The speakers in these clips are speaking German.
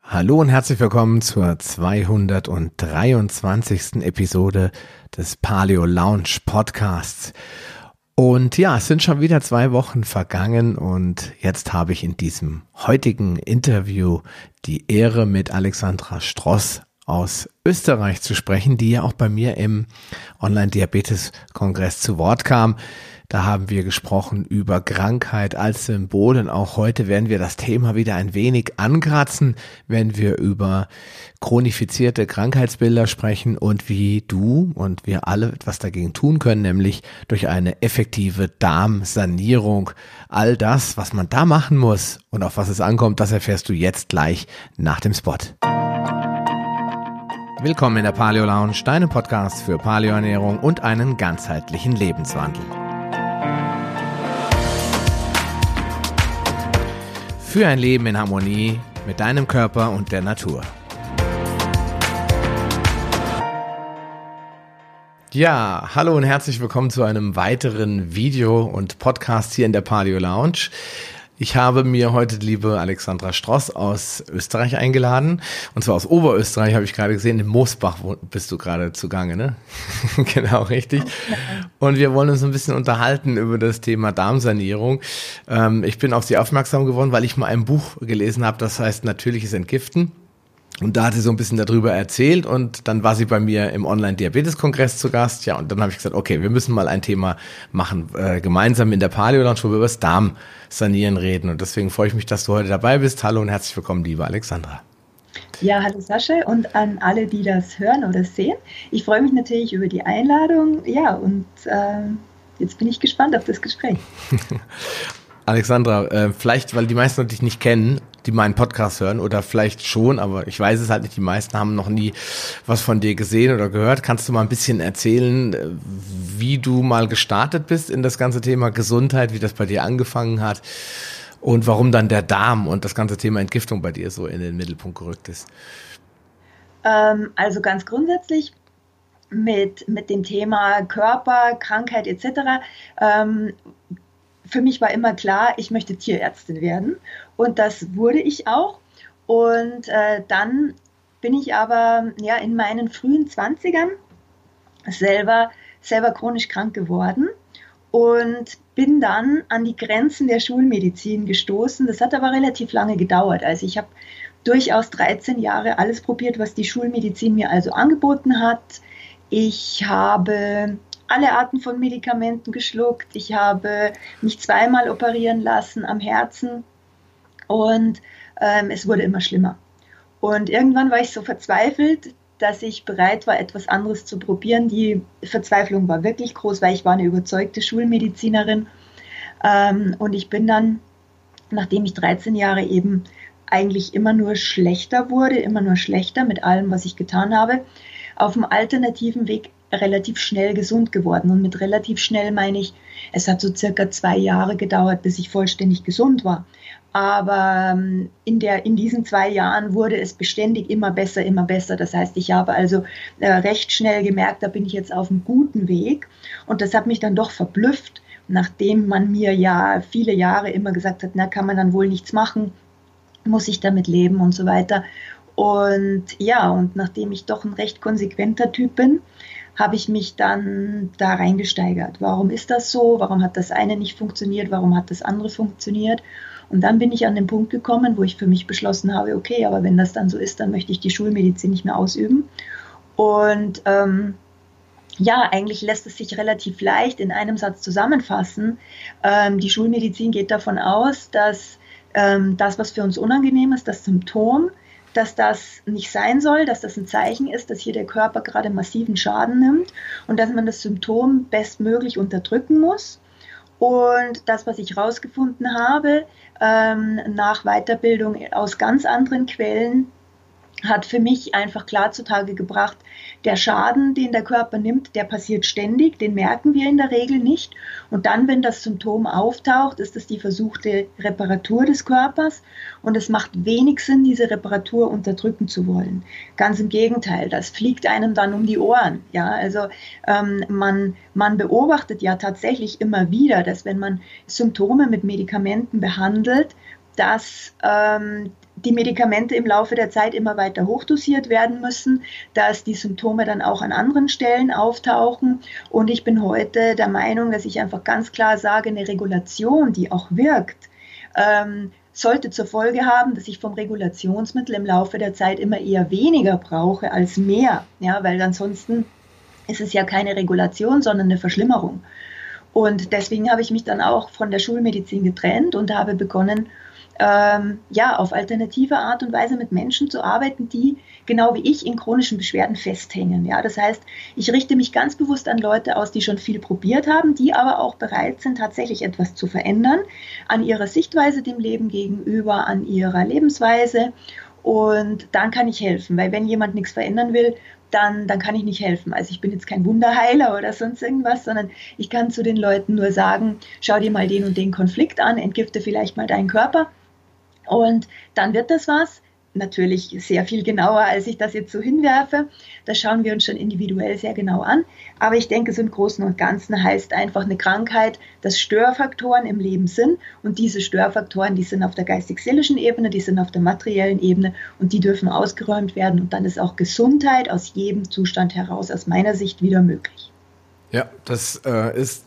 Hallo und herzlich willkommen zur 223. Episode des Paleo Lounge Podcasts. Und ja, es sind schon wieder 2 Wochen vergangen und jetzt habe ich in diesem heutigen Interview die Ehre, mit Alexandra Stross aus Österreich zu sprechen, die ja auch bei mir im Online-Diabetes-Kongress zu Wort kam. Da haben wir gesprochen über Krankheit als Symbol und auch heute werden wir das Thema wieder ein wenig ankratzen, wenn wir über chronifizierte Krankheitsbilder sprechen und wie du und wir alle etwas dagegen tun können, nämlich durch eine effektive Darmsanierung. All das, was man da machen muss und auf was es ankommt, das erfährst du jetzt gleich nach dem Spot. Willkommen in der Paleo Lounge, deinem Podcast für Paleoernährung und einen ganzheitlichen Lebenswandel. Für ein Leben in Harmonie mit deinem Körper und der Natur. Ja, hallo und herzlich willkommen zu einem weiteren Video und Podcast hier in der Paleo Lounge. Ich habe mir heute die liebe Alexandra Stross aus Österreich eingeladen. Und zwar aus Oberösterreich, habe ich gerade gesehen. In Moosbach bist du gerade zugange, ne? Genau, richtig. Und wir wollen uns ein bisschen unterhalten über das Thema Darmsanierung. Ich bin auf sie aufmerksam geworden, weil ich mal ein Buch gelesen habe, das heißt Natürliches Entgiften. Und da hat sie so ein bisschen darüber erzählt und dann war sie bei mir im Online-Diabetes-Kongress zu Gast. Ja, und dann habe ich gesagt, okay, wir müssen mal ein Thema machen, gemeinsam in der Paleo Lounge, wo wir über das Darmsanieren reden. Und deswegen freue ich mich, dass du heute dabei bist. Hallo und herzlich willkommen, liebe Alexandra. Ja, hallo Sascha und an alle, die das hören oder sehen. Ich freue mich natürlich über die Einladung. Ja, und jetzt bin ich gespannt auf das Gespräch. Alexandra, vielleicht, weil die meisten dich nicht kennen, die meinen Podcast hören oder vielleicht schon, aber ich weiß es halt nicht, die meisten haben noch nie was von dir gesehen oder gehört. Kannst du mal ein bisschen erzählen, wie du mal gestartet bist in das ganze Thema Gesundheit, wie das bei dir angefangen hat und warum dann der Darm und das ganze Thema Entgiftung bei dir so in den Mittelpunkt gerückt ist? Also ganz grundsätzlich mit dem Thema Körper, Krankheit etc., für mich war immer klar, ich möchte Tierärztin werden und das wurde ich auch. Und dann bin ich aber ja in meinen frühen 20ern selber chronisch krank geworden und bin dann an die Grenzen der Schulmedizin gestoßen. Das hat aber relativ lange gedauert. Also ich habe durchaus 13 Jahre alles probiert, was die Schulmedizin mir also angeboten hat. Ich habe alle Arten von Medikamenten geschluckt. Ich habe mich 2-mal operieren lassen am Herzen und es wurde immer schlimmer. Und irgendwann war ich so verzweifelt, dass ich bereit war, etwas anderes zu probieren. Die Verzweiflung war wirklich groß, weil ich war eine überzeugte Schulmedizinerin. Und ich bin dann, nachdem ich 13 Jahre eben eigentlich immer nur schlechter wurde, immer nur schlechter mit allem, was ich getan habe, auf dem alternativen Weg relativ schnell gesund geworden. Und mit relativ schnell meine ich, es hat so circa 2 Jahre gedauert, bis ich vollständig gesund war. Aber in diesen 2 Jahren wurde es beständig immer besser, immer besser. Das heißt, ich habe also recht schnell gemerkt, da bin ich jetzt auf einem guten Weg. Und das hat mich dann doch verblüfft, nachdem man mir ja viele Jahre immer gesagt hat, na, kann man dann wohl nichts machen, muss ich damit leben und so weiter. Und ja, und nachdem ich doch ein recht konsequenter Typ bin, habe ich mich dann da reingesteigert. Warum ist das so? Warum hat das eine nicht funktioniert? Warum hat das andere funktioniert? Und dann bin ich an den Punkt gekommen, wo ich für mich beschlossen habe, okay, aber wenn das dann so ist, dann möchte ich die Schulmedizin nicht mehr ausüben. Und ja, eigentlich lässt es sich relativ leicht in einem Satz zusammenfassen. Die Schulmedizin geht davon aus, dass das, was für uns unangenehm ist, das Symptom, dass das nicht sein soll, dass das ein Zeichen ist, dass hier der Körper gerade massiven Schaden nimmt und dass man das Symptom bestmöglich unterdrücken muss. Und das, was ich herausgefunden habe, nach Weiterbildung aus ganz anderen Quellen, hat für mich einfach klar zutage gebracht, der Schaden, den der Körper nimmt, der passiert ständig, den merken wir in der Regel nicht. Und dann, wenn das Symptom auftaucht, ist es die versuchte Reparatur des Körpers und es macht wenig Sinn, diese Reparatur unterdrücken zu wollen. Ganz im Gegenteil, das fliegt einem dann um die Ohren. Ja, also man beobachtet ja tatsächlich immer wieder, dass wenn man Symptome mit Medikamenten behandelt, dass die Medikamente im Laufe der Zeit immer weiter hochdosiert werden müssen, dass die Symptome dann auch an anderen Stellen auftauchen. Und ich bin heute der Meinung, dass ich einfach ganz klar sage, eine Regulation, die auch wirkt, sollte zur Folge haben, dass ich vom Regulationsmittel im Laufe der Zeit immer eher weniger brauche als mehr. Ja, weil ansonsten ist es ja keine Regulation, sondern eine Verschlimmerung. Und deswegen habe ich mich dann auch von der Schulmedizin getrennt und habe begonnen, auf alternative Art und Weise mit Menschen zu arbeiten, die genau wie ich in chronischen Beschwerden festhängen. Ja, das heißt, ich richte mich ganz bewusst an Leute aus, die schon viel probiert haben, die aber auch bereit sind, tatsächlich etwas zu verändern, an ihrer Sichtweise dem Leben gegenüber, an ihrer Lebensweise. Und dann kann ich helfen, weil wenn jemand nichts verändern will, dann kann ich nicht helfen. Also ich bin jetzt kein Wunderheiler oder sonst irgendwas, sondern ich kann zu den Leuten nur sagen, schau dir mal den und den Konflikt an, entgifte vielleicht mal deinen Körper. Und dann wird das was, natürlich sehr viel genauer, als ich das jetzt so hinwerfe. Das schauen wir uns schon individuell sehr genau an. Aber ich denke, so im Großen und Ganzen heißt einfach eine Krankheit, dass Störfaktoren im Leben sind. Und diese Störfaktoren, die sind auf der geistig-seelischen Ebene, die sind auf der materiellen Ebene und die dürfen ausgeräumt werden. Und dann ist auch Gesundheit aus jedem Zustand heraus aus meiner Sicht wieder möglich. Ja, das ist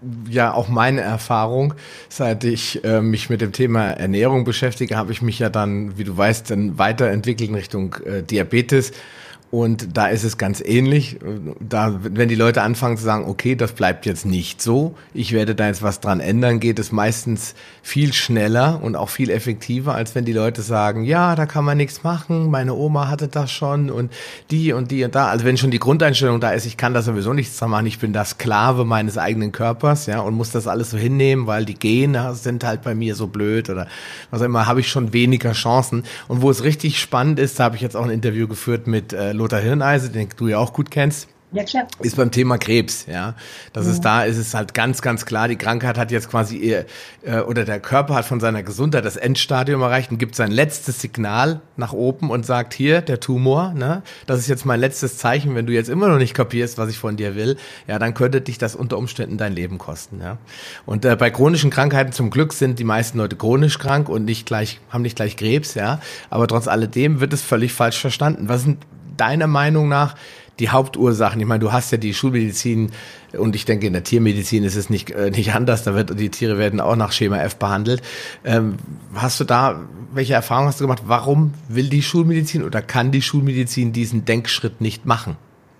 ja auch meine Erfahrung. Seit ich mich mit dem Thema Ernährung beschäftige, habe ich mich ja dann, wie du weißt, dann weiterentwickelt in Richtung Diabetes. Und da ist es ganz ähnlich. Da, wenn die Leute anfangen zu sagen, okay, das bleibt jetzt nicht so, ich werde da jetzt was dran ändern, geht es meistens viel schneller und auch viel effektiver, als wenn die Leute sagen, ja, da kann man nichts machen, meine Oma hatte das schon und die und die und da. Also wenn schon die Grundeinstellung da ist, ich kann da sowieso nichts dran machen, ich bin der Sklave meines eigenen Körpers, ja, und muss das alles so hinnehmen, weil die Gene sind halt bei mir so blöd oder was auch immer, habe ich schon weniger Chancen. Und wo es richtig spannend ist, da habe ich jetzt auch ein Interview geführt mit Lothar Hirneise, den du ja auch gut kennst. Ja, klar. Ist beim Thema Krebs, ja. Das ist da, ist es halt ganz, ganz klar, die Krankheit hat jetzt quasi, oder der Körper hat von seiner Gesundheit das Endstadium erreicht und gibt sein letztes Signal nach oben und sagt, hier, der Tumor, ne, das ist jetzt mein letztes Zeichen, wenn du jetzt immer noch nicht kapierst, was ich von dir will, ja, dann könnte dich das unter Umständen dein Leben kosten, ja. Und bei chronischen Krankheiten zum Glück sind die meisten Leute chronisch krank und haben nicht gleich Krebs, ja. Aber trotz alledem wird es völlig falsch verstanden. Was sind deiner Meinung nach die Hauptursachen? Ich meine, du hast ja die Schulmedizin und ich denke, in der Tiermedizin ist es nicht anders. Die Tiere werden auch nach Schema F behandelt. Hast du da, welche Erfahrungen hast du gemacht? Warum will die Schulmedizin oder kann die Schulmedizin diesen Denkschritt nicht machen?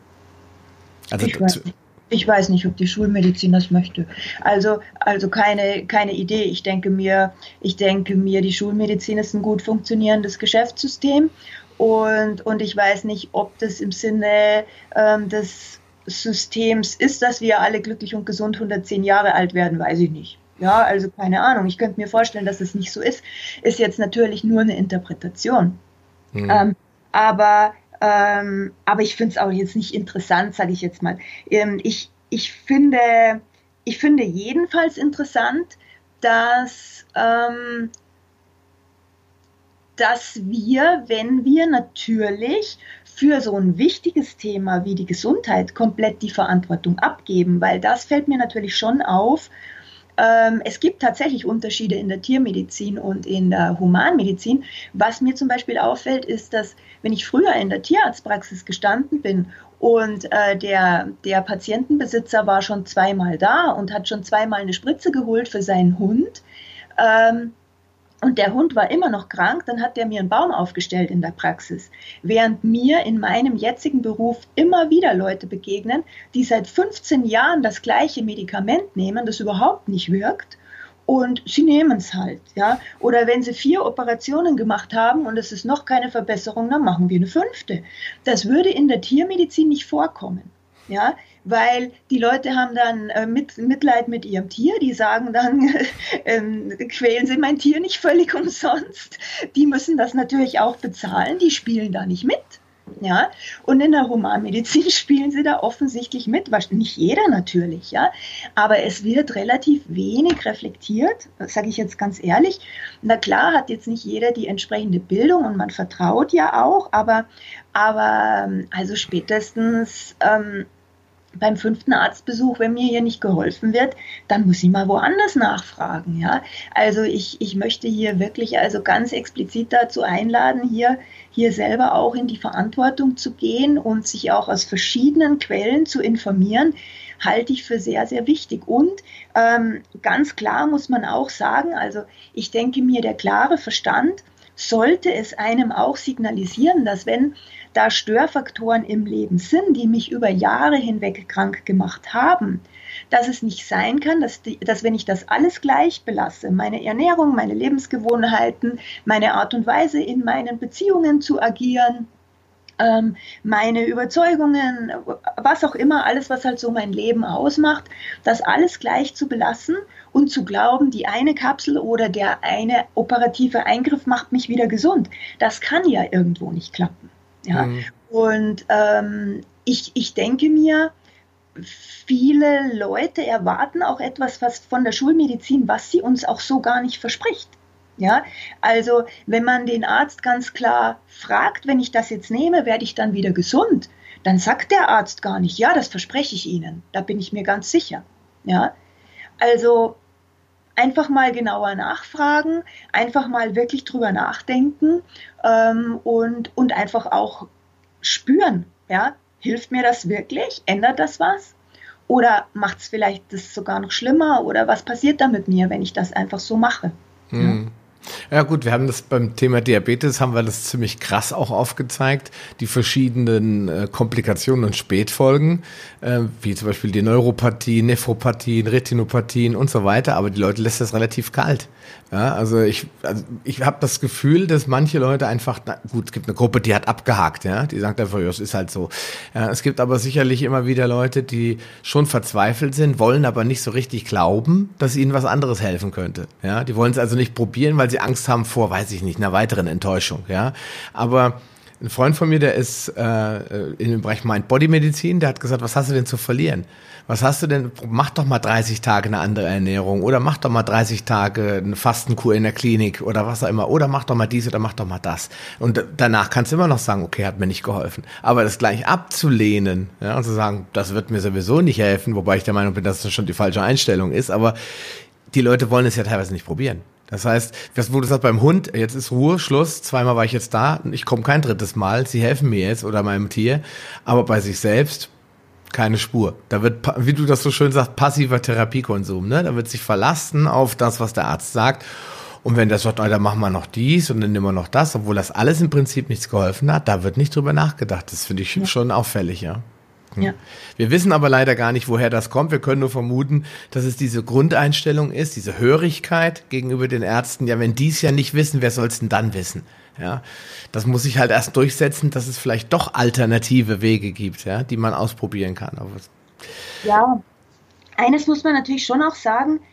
Also ich weiß nicht, ob die Schulmedizin das möchte. Also keine Idee. Ich denke mir, die Schulmedizin ist ein gut funktionierendes Geschäftssystem. Und ich weiß nicht, ob das im Sinne des Systems ist, dass wir alle glücklich und gesund 110 Jahre alt werden, weiß ich nicht. Ja, also keine Ahnung. Ich könnte mir vorstellen, dass es nicht so ist. Ist jetzt natürlich nur eine Interpretation. Aber ich finde es auch jetzt nicht interessant, sage ich jetzt mal. Ich finde jedenfalls interessant, dass wir, wenn wir natürlich für so ein wichtiges Thema wie die Gesundheit komplett die Verantwortung abgeben, weil das fällt mir natürlich schon auf. Es gibt tatsächlich Unterschiede in der Tiermedizin und in der Humanmedizin. Was mir zum Beispiel auffällt, ist, dass wenn ich früher in der Tierarztpraxis gestanden bin und der Patientenbesitzer war schon zweimal da und hat schon zweimal eine Spritze geholt für seinen Hund, und der Hund war immer noch krank, dann hat der mir einen Baum aufgestellt in der Praxis. Während mir in meinem jetzigen Beruf immer wieder Leute begegnen, die seit 15 Jahren das gleiche Medikament nehmen, das überhaupt nicht wirkt. Und sie nehmen es halt, ja. Oder wenn sie 4 Operationen gemacht haben und es ist noch keine Verbesserung, dann machen wir eine 5. Das würde in der Tiermedizin nicht vorkommen. Ja, weil die Leute haben dann Mitleid mit ihrem Tier, die sagen dann, quälen Sie mein Tier nicht völlig umsonst. Die müssen das natürlich auch bezahlen, die spielen da nicht mit. Ja, und in der Humanmedizin spielen sie da offensichtlich mit, nicht jeder natürlich, ja, aber es wird relativ wenig reflektiert, das sage ich jetzt ganz ehrlich. Na klar hat jetzt nicht jeder die entsprechende Bildung und man vertraut ja auch, aber also spätestens beim 5. Arztbesuch, wenn mir hier nicht geholfen wird, dann muss ich mal woanders nachfragen. Ja? Also ich möchte hier wirklich also ganz explizit dazu einladen, hier selber auch in die Verantwortung zu gehen und sich auch aus verschiedenen Quellen zu informieren, halte ich für sehr, sehr wichtig. Und ganz klar muss man auch sagen, also ich denke mir, der klare Verstand sollte es einem auch signalisieren, dass wenn da Störfaktoren im Leben sind, die mich über Jahre hinweg krank gemacht haben, dass es nicht sein kann, dass wenn ich das alles gleich belasse, meine Ernährung, meine Lebensgewohnheiten, meine Art und Weise in meinen Beziehungen zu agieren, meine Überzeugungen, was auch immer, alles, was halt so mein Leben ausmacht, das alles gleich zu belassen und zu glauben, die eine Kapsel oder der eine operative Eingriff macht mich wieder gesund. Das kann ja irgendwo nicht klappen. Ja? Und ich denke mir, viele Leute erwarten auch etwas was von der Schulmedizin, was sie uns auch so gar nicht verspricht. Ja, also wenn man den Arzt ganz klar fragt, wenn ich das jetzt nehme, werde ich dann wieder gesund, dann sagt der Arzt gar nicht, ja, das verspreche ich Ihnen, da bin ich mir ganz sicher. Ja, also einfach mal genauer nachfragen, einfach mal wirklich drüber nachdenken und einfach auch spüren, ja, hilft mir das wirklich, ändert das was? Oder macht es vielleicht das sogar noch schlimmer? Oder was passiert da mit mir, wenn ich das einfach so mache? Ja. Ja gut, wir haben das beim Thema Diabetes, haben wir das ziemlich krass auch aufgezeigt, die verschiedenen Komplikationen und Spätfolgen, wie zum Beispiel die Neuropathie, Nephropathien, Retinopathien und so weiter, aber die Leute lässt das relativ kalt. Ja, also ich habe das Gefühl, dass manche Leute einfach, gut, es gibt eine Gruppe, die hat abgehakt, ja, die sagt einfach, ja, es ist halt so. Ja, es gibt aber sicherlich immer wieder Leute, die schon verzweifelt sind, wollen aber nicht so richtig glauben, dass ihnen was anderes helfen könnte. Ja, die wollen es also nicht probieren, weil sie Angst haben vor, weiß ich nicht, einer weiteren Enttäuschung. Ja, aber ein Freund von mir, der ist in dem Bereich Mind-Body-Medizin, der hat gesagt, was hast du denn zu verlieren? Was hast du denn, mach doch mal 30 Tage eine andere Ernährung oder mach doch mal 30 Tage eine Fastenkur in der Klinik oder was auch immer oder mach doch mal dies oder mach doch mal das. Und danach kannst du immer noch sagen, okay, hat mir nicht geholfen. Aber das gleich abzulehnen, ja, und zu sagen, das wird mir sowieso nicht helfen, wobei ich der Meinung bin, dass das schon die falsche Einstellung ist, aber die Leute wollen es ja teilweise nicht probieren. Das heißt, wo du sagst, beim Hund, jetzt ist Ruhe, Schluss, zweimal war ich jetzt da, ich komme kein drittes Mal, sie helfen mir jetzt oder meinem Tier, aber bei sich selbst keine Spur. Da wird, wie du das so schön sagst, passiver Therapiekonsum, ne? Da wird sich verlassen auf das, was der Arzt sagt. Und wenn der sagt, dann machen wir noch dies und dann nehmen wir noch das, obwohl das alles im Prinzip nichts geholfen hat, da wird nicht drüber nachgedacht. Das finde ich schon auffällig, ja. Ja. Wir wissen aber leider gar nicht, woher das kommt. Wir können nur vermuten, dass es diese Grundeinstellung ist, diese Hörigkeit gegenüber den Ärzten. Ja, wenn die es ja nicht wissen, wer soll es denn dann wissen? Ja, das muss sich halt erst durchsetzen, dass es vielleicht doch alternative Wege gibt, ja, die man ausprobieren kann. Ja, eines muss man natürlich schon auch sagen,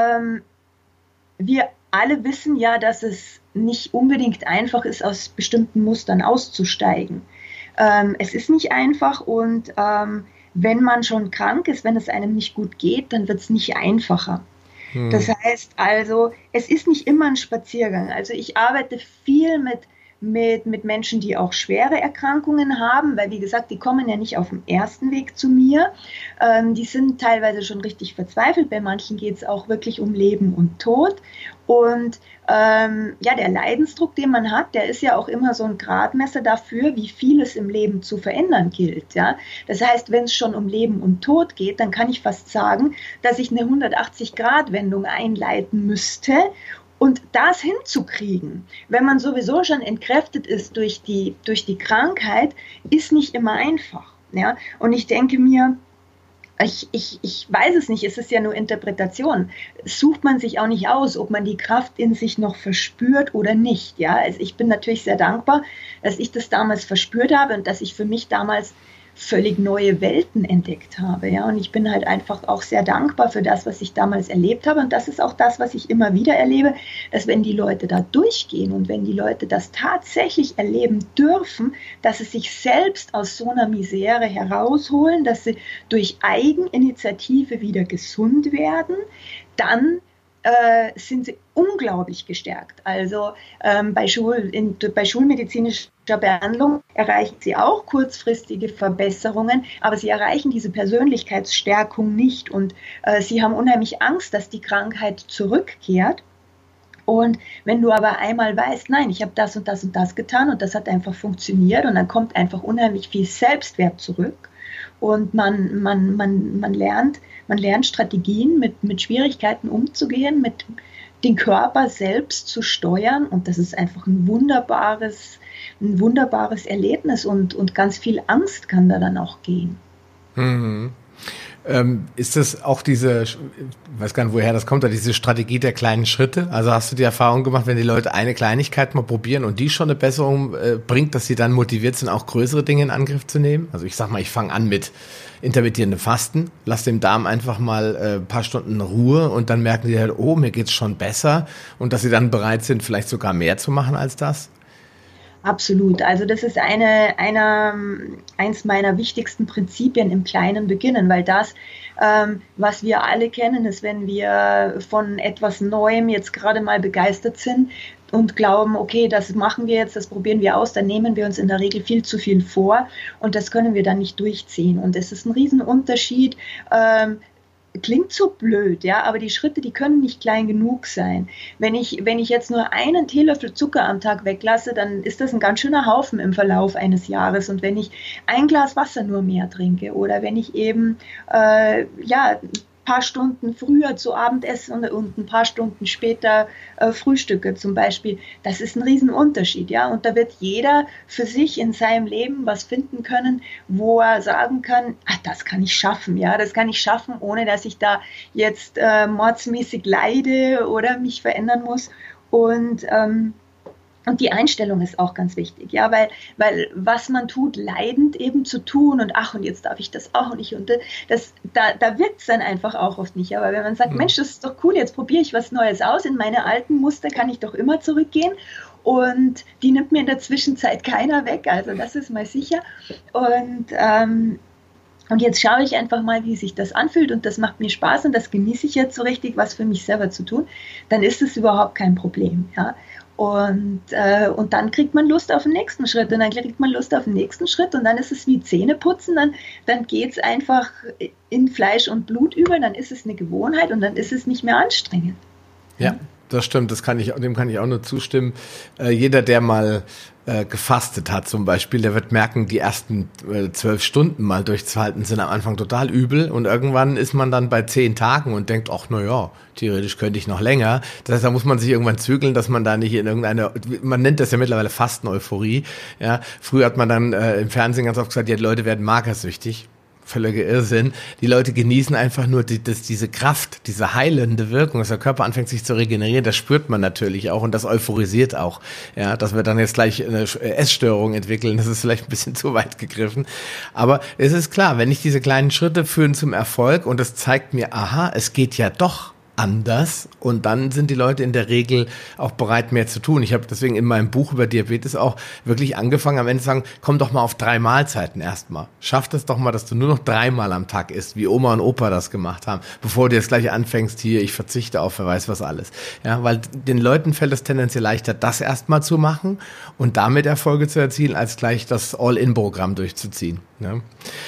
wir alle wissen ja, dass es nicht unbedingt einfach ist, aus bestimmten Mustern auszusteigen. Es ist nicht einfach und wenn man schon krank ist, wenn es einem nicht gut geht, dann wird es nicht einfacher. Das heißt also, es ist nicht immer ein Spaziergang. Also ich arbeite viel mit Menschen, die auch schwere Erkrankungen haben, weil wie gesagt, die kommen ja nicht auf dem ersten Weg zu mir. Die sind teilweise schon richtig verzweifelt. Bei manchen geht es auch wirklich um Leben und Tod. Und ja, der Leidensdruck, den man hat, der ist ja auch immer so ein Gradmesser dafür, wie viel es im Leben zu verändern gilt. Ja? Das heißt, wenn es schon um Leben und Tod geht, dann kann ich fast sagen, dass ich eine 180-Grad-Wendung einleiten müsste. Und das hinzukriegen, wenn man sowieso schon entkräftet ist durch die Krankheit, ist nicht immer einfach. Ja? Und ich denke mir, ich weiß es nicht, es ist ja nur Interpretation. Sucht man sich auch nicht aus, ob man die Kraft in sich noch verspürt oder nicht. Ja? Also ich bin natürlich sehr dankbar, dass ich das damals verspürt habe und dass ich für mich damals völlig neue Welten entdeckt habe. Ja? Und ich bin halt einfach auch sehr dankbar für das, was ich damals erlebt habe. Und das ist auch das, was ich immer wieder erlebe, dass wenn die Leute da durchgehen und wenn die Leute das tatsächlich erleben dürfen, dass sie sich selbst aus so einer Misere herausholen, dass sie durch Eigeninitiative wieder gesund werden, dann sind sie unglaublich gestärkt. Also bei schulmedizinischer Behandlung erreichen sie auch kurzfristige Verbesserungen, aber sie erreichen diese Persönlichkeitsstärkung nicht und sie haben unheimlich Angst, dass die Krankheit zurückkehrt. Und wenn du aber einmal weißt, nein, ich habe das und das und das getan und das hat einfach funktioniert und dann kommt einfach unheimlich viel Selbstwert zurück und man lernt Strategien, mit Schwierigkeiten umzugehen, mit den Körper selbst zu steuern und das ist einfach ein wunderbares Erlebnis und ganz viel Angst kann da dann auch gehen. Mhm. Ist das auch diese, ich weiß gar nicht, woher das kommt, diese Strategie der kleinen Schritte? Also hast du die Erfahrung gemacht, wenn die Leute eine Kleinigkeit mal probieren und die schon eine Besserung bringt, dass sie dann motiviert sind, auch größere Dinge in Angriff zu nehmen? Also ich sag mal, ich fange an mit intermittierendem Fasten, lass dem Darm einfach mal ein paar Stunden Ruhe und dann merken die halt, oh, mir geht's schon besser und dass sie dann bereit sind, vielleicht sogar mehr zu machen als das? Absolut. Also das ist eins meiner wichtigsten Prinzipien im Kleinen beginnen, weil das, was wir alle kennen, ist, wenn wir von etwas Neuem jetzt gerade mal begeistert sind und glauben, okay, das machen wir jetzt, das probieren wir aus, dann nehmen wir uns in der Regel viel zu viel vor und das können wir dann nicht durchziehen. Und es ist ein Riesenunterschied, klingt so blöd, ja, aber die Schritte, die können nicht klein genug sein. Wenn ich jetzt nur einen Teelöffel Zucker am Tag weglasse, dann ist das ein ganz schöner Haufen im Verlauf eines Jahres. Und wenn ich ein Glas Wasser nur mehr trinke oder wenn ich eben paar Stunden früher zu Abend esse und ein paar Stunden später frühstücke zum Beispiel. Das ist ein Riesenunterschied, ja. Und da wird jeder für sich in seinem Leben was finden können, wo er sagen kann, das kann ich schaffen, ja. Das kann ich schaffen, ohne dass ich da jetzt mordsmäßig leide oder mich verändern muss. Und die Einstellung ist auch ganz wichtig, ja, weil was man tut, leidend eben zu tun und und jetzt darf ich das auch nicht und da wirkt es dann einfach auch oft nicht. Aber wenn man sagt, Mensch, das ist doch cool, jetzt probiere ich was Neues aus, in meine alten Muster kann ich doch immer zurückgehen und die nimmt mir in der Zwischenzeit keiner weg, also das ist mal sicher. Und jetzt schaue ich einfach mal, wie sich das anfühlt und das macht mir Spaß und das genieße ich jetzt so richtig, was für mich selber zu tun, dann ist es überhaupt kein Problem, ja. Und dann kriegt man Lust auf den nächsten Schritt und dann kriegt man Lust auf den nächsten Schritt und dann ist es wie Zähneputzen, dann geht es einfach in Fleisch und Blut über, dann ist es eine Gewohnheit und dann ist es nicht mehr anstrengend. Ja, das stimmt, dem kann ich auch nur zustimmen. Jeder, der mal gefastet hat zum Beispiel, der wird merken, die ersten 12 Stunden mal durchzuhalten sind am Anfang total übel und irgendwann ist man dann bei 10 Tagen und denkt, ach naja, theoretisch könnte ich noch länger. Das heißt, da muss man sich irgendwann zügeln, dass man da nicht in man nennt das ja mittlerweile Fasten-Euphorie. Ja, früher hat man dann im Fernsehen ganz oft gesagt, die Leute werden magersüchtig. Völliger Irrsinn. Die Leute genießen einfach nur diese Kraft, diese heilende Wirkung, dass der Körper anfängt sich zu regenerieren, das spürt man natürlich auch und das euphorisiert auch. Ja, dass wir dann jetzt gleich eine Essstörung entwickeln, das ist vielleicht ein bisschen zu weit gegriffen. Aber es ist klar, wenn ich diese kleinen Schritte führen zum Erfolg und das zeigt mir, aha, es geht ja doch anders und dann sind die Leute in der Regel auch bereit, mehr zu tun. Ich habe deswegen in meinem Buch über Diabetes auch wirklich angefangen, am Ende zu sagen, komm doch mal auf 3 Mahlzeiten erstmal. Schaff das doch mal, dass du nur noch 3 Mal am Tag isst, wie Oma und Opa das gemacht haben, bevor du jetzt gleich anfängst, hier, ich verzichte auf, wer weiß was alles. Ja, weil den Leuten fällt es tendenziell leichter, das erstmal zu machen und damit Erfolge zu erzielen, als gleich das All-In-Programm durchzuziehen. Ja.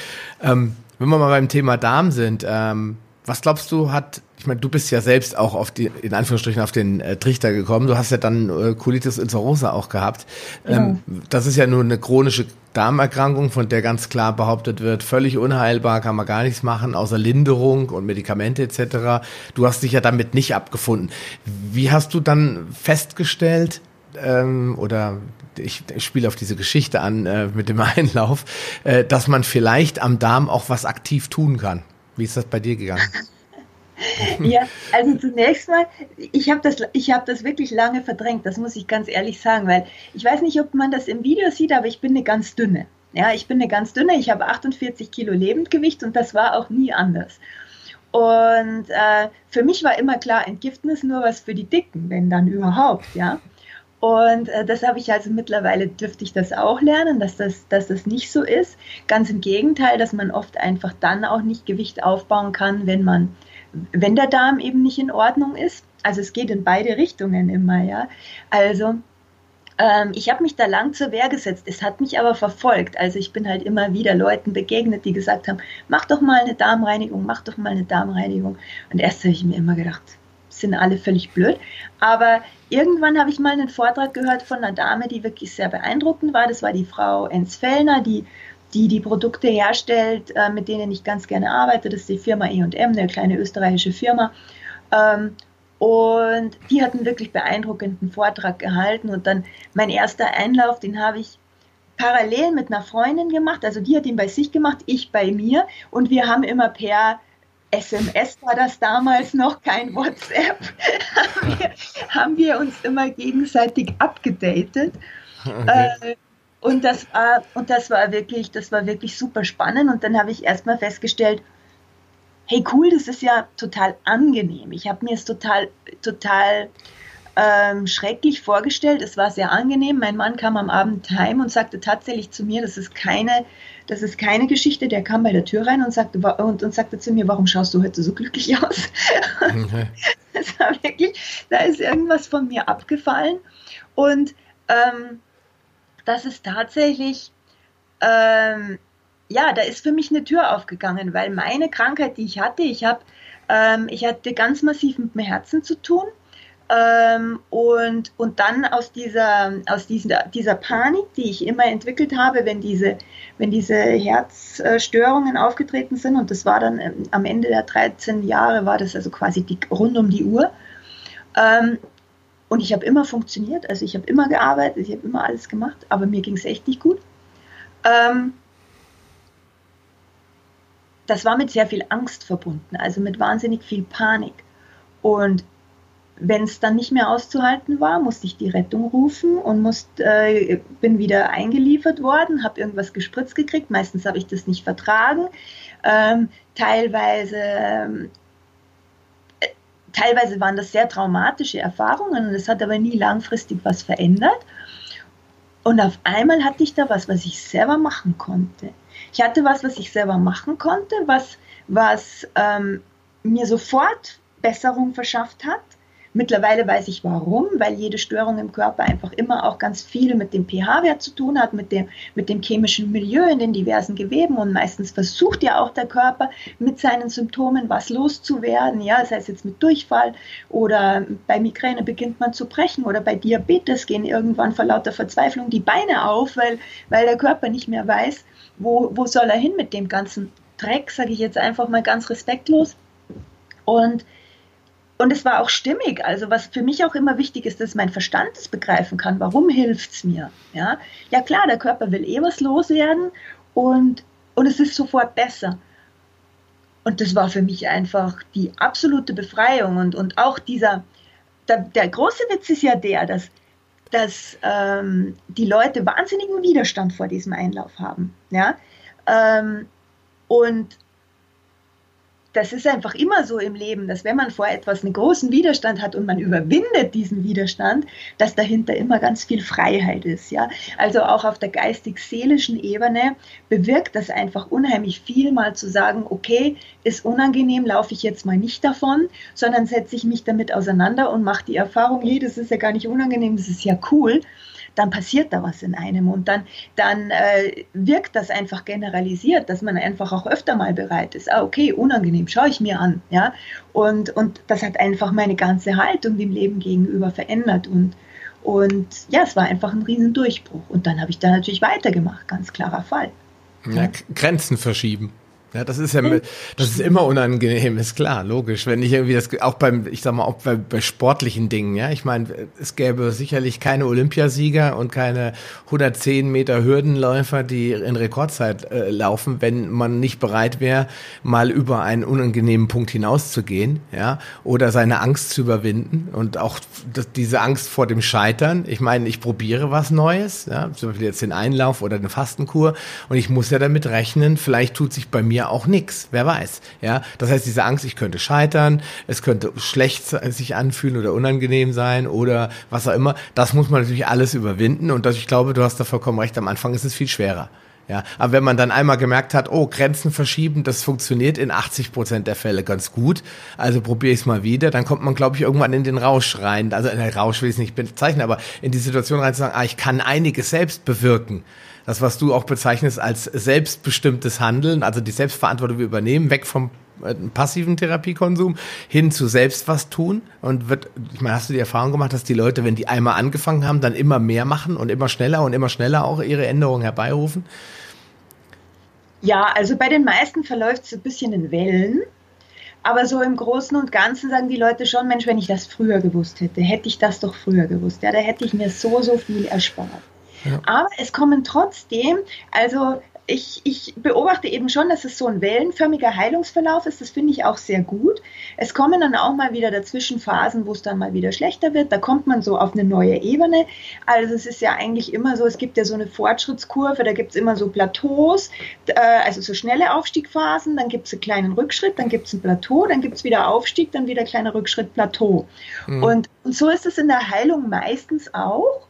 Wenn wir mal beim Thema Darm sind, was glaubst du, ich meine, du bist ja selbst auch in Anführungsstrichen auf den Trichter gekommen. Du hast ja dann Colitis ulcerosa auch gehabt. Ja. Das ist ja nur eine chronische Darmerkrankung, von der ganz klar behauptet wird, völlig unheilbar, kann man gar nichts machen, außer Linderung und Medikamente etc. Du hast dich ja damit nicht abgefunden. Wie hast du dann festgestellt, oder ich spiele auf diese Geschichte an mit dem Einlauf, dass man vielleicht am Darm auch was aktiv tun kann? Wie ist das bei dir gegangen? Ja, also zunächst mal, ich habe das wirklich lange verdrängt, das muss ich ganz ehrlich sagen, weil ich weiß nicht, ob man das im Video sieht, aber ich bin eine ganz dünne. Ja, ich bin eine ganz dünne, ich habe 48 Kilo Lebendgewicht und das war auch nie anders. Und für mich war immer klar, Entgiften ist nur was für die Dicken, wenn dann überhaupt, ja. Und das habe ich also mittlerweile, dürfte ich das auch lernen, dass das nicht so ist. Ganz im Gegenteil, dass man oft einfach dann auch nicht Gewicht aufbauen kann, wenn der Darm eben nicht in Ordnung ist. Also es geht in beide Richtungen immer, ja. Also ich habe mich da lang zur Wehr gesetzt. Es hat mich aber verfolgt. Also ich bin halt immer wieder Leuten begegnet, die gesagt haben, mach doch mal eine Darmreinigung, mach doch mal eine Darmreinigung. Und erst habe ich mir immer gedacht, sind alle völlig blöd. Aber irgendwann habe ich mal einen Vortrag gehört von einer Dame, die wirklich sehr beeindruckend war. Das war die Frau Enzfellner, die Produkte herstellt, mit denen ich ganz gerne arbeite. Das ist die Firma E&M, eine kleine österreichische Firma. Und die hat einen wirklich beeindruckenden Vortrag gehalten. Und dann mein erster Einlauf, den habe ich parallel mit einer Freundin gemacht. Also die hat ihn bei sich gemacht, ich bei mir. Und wir haben immer per SMS, war das damals noch, kein WhatsApp, haben wir uns immer gegenseitig abgedatet. Okay. Und das war wirklich super spannend. Und dann habe ich erstmal festgestellt, hey cool, das ist ja total angenehm. Ich habe mir es total schrecklich vorgestellt. Es war sehr angenehm. Mein Mann kam am Abend heim und sagte tatsächlich zu mir, das ist keine Geschichte. Der kam bei der Tür rein und sagte zu mir, warum schaust du heute so glücklich aus? Okay. Das war wirklich, da ist irgendwas von mir abgefallen. Und das ist tatsächlich, da ist für mich eine Tür aufgegangen, weil meine Krankheit, die ich hatte, ich hatte ganz massiv mit dem Herzen zu tun. Und dann aus dieser Panik, die ich immer entwickelt habe, wenn diese Herzstörungen aufgetreten sind, und das war dann am Ende der 13 Jahre, war das also quasi rund um die Uhr. Und ich habe immer funktioniert, also ich habe immer gearbeitet, ich habe immer alles gemacht, aber mir ging es echt nicht gut. Das war mit sehr viel Angst verbunden, also mit wahnsinnig viel Panik. Und wenn es dann nicht mehr auszuhalten war, musste ich die Rettung rufen und bin wieder eingeliefert worden, habe irgendwas gespritzt gekriegt. Meistens habe ich das nicht vertragen. Teilweise waren das sehr traumatische Erfahrungen und es hat aber nie langfristig was verändert. Und auf einmal hatte ich da was ich selber machen konnte. Ich hatte was ich selber machen konnte, was mir sofort Besserung verschafft hat. Mittlerweile weiß ich warum, weil jede Störung im Körper einfach immer auch ganz viel mit dem pH-Wert zu tun hat, mit dem chemischen Milieu in den diversen Geweben, und meistens versucht ja auch der Körper mit seinen Symptomen was loszuwerden, ja, sei es jetzt mit Durchfall oder bei Migräne beginnt man zu brechen oder bei Diabetes gehen irgendwann vor lauter Verzweiflung die Beine auf, weil der Körper nicht mehr weiß, wo soll er hin mit dem ganzen Dreck, sage ich jetzt einfach mal ganz respektlos. Und es war auch stimmig, also was für mich auch immer wichtig ist, dass mein Verstand es begreifen kann, warum hilft es mir? Ja klar, der Körper will was loswerden und es ist sofort besser. Und das war für mich einfach die absolute Befreiung und auch der große Witz ist ja dass die Leute wahnsinnigen Widerstand vor diesem Einlauf haben. Ja? Und das ist einfach immer so im Leben, dass wenn man vor etwas einen großen Widerstand hat und man überwindet diesen Widerstand, dass dahinter immer ganz viel Freiheit ist. Ja? Also auch auf der geistig-seelischen Ebene bewirkt das einfach unheimlich viel, mal zu sagen, okay, ist unangenehm, laufe ich jetzt mal nicht davon, sondern setze ich mich damit auseinander und mache die Erfahrung, hey, das ist ja gar nicht unangenehm, das ist ja cool. Dann passiert da was in einem und dann wirkt das einfach generalisiert, dass man einfach auch öfter mal bereit ist. Okay, unangenehm, schaue ich mir an. Ja? Und das hat einfach meine ganze Haltung dem Leben gegenüber verändert und ja, es war einfach ein riesen Durchbruch. Und dann habe ich da natürlich weitergemacht, ganz klarer Fall. Ja, Grenzen verschieben. Ja, das ist immer unangenehm, ist klar, logisch. Wenn ich irgendwie auch bei sportlichen Dingen, ja, ich meine, es gäbe sicherlich keine Olympiasieger und keine 110 Meter Hürdenläufer, die in Rekordzeit laufen, wenn man nicht bereit wäre, mal über einen unangenehmen Punkt hinauszugehen, ja, oder seine Angst zu überwinden und auch diese Angst vor dem Scheitern. Ich meine, ich probiere was Neues, ja, zum Beispiel jetzt den Einlauf oder eine Fastenkur, und ich muss ja damit rechnen, vielleicht tut sich bei mir auch nichts, wer weiß. Ja, das heißt, diese Angst, ich könnte scheitern, es könnte schlecht sich anfühlen oder unangenehm sein oder was auch immer, das muss man natürlich alles überwinden, und ich glaube, du hast da vollkommen recht, am Anfang ist es viel schwerer. Ja, aber wenn man dann einmal gemerkt hat, oh, Grenzen verschieben, das funktioniert in 80% der Fälle ganz gut, also probiere ich es mal wieder, dann kommt man, glaube ich, irgendwann in den Rausch rein. Also in den Rausch will ich es nicht bezeichnen, aber in die Situation rein zu sagen, ich kann einiges selbst bewirken. Das, was du auch bezeichnest als selbstbestimmtes Handeln, also die Selbstverantwortung übernehmen, weg vom passiven Therapiekonsum hin zu selbst was tun. Und ich meine, hast du die Erfahrung gemacht, dass die Leute, wenn die einmal angefangen haben, dann immer mehr machen und immer schneller auch ihre Änderungen herbeirufen? Ja, also bei den meisten verläuft es ein bisschen in Wellen. Aber so im Großen und Ganzen sagen die Leute schon, Mensch, wenn ich das früher gewusst hätte, hätte ich das doch früher gewusst. Ja, da hätte ich mir so viel erspart. Ja. Aber es kommen trotzdem, also ich beobachte eben schon, dass es so ein wellenförmiger Heilungsverlauf ist. Das finde ich auch sehr gut. Es kommen dann auch mal wieder dazwischen Phasen, wo es dann mal wieder schlechter wird. Da kommt man so auf eine neue Ebene. Also es ist ja eigentlich immer so, es gibt ja so eine Fortschrittskurve, da gibt es immer so Plateaus, also so schnelle Aufstiegphasen, dann gibt es einen kleinen Rückschritt, dann gibt es ein Plateau, dann gibt es wieder Aufstieg, dann wieder kleiner Rückschritt, Plateau. Mhm. Und so ist es in der Heilung meistens auch.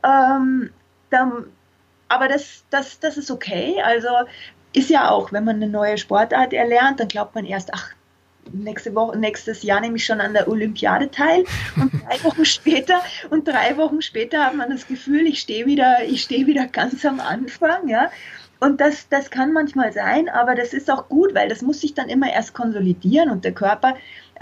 Aber das ist okay. Also ist ja auch, wenn man eine neue Sportart erlernt, dann glaubt man erst, nächstes Jahr nehme ich schon an der Olympiade teil. Und 3 Wochen später hat man das Gefühl, ich stehe wieder ganz am Anfang. Ja? Und das kann manchmal sein, aber das ist auch gut, weil das muss sich dann immer erst konsolidieren und der Körper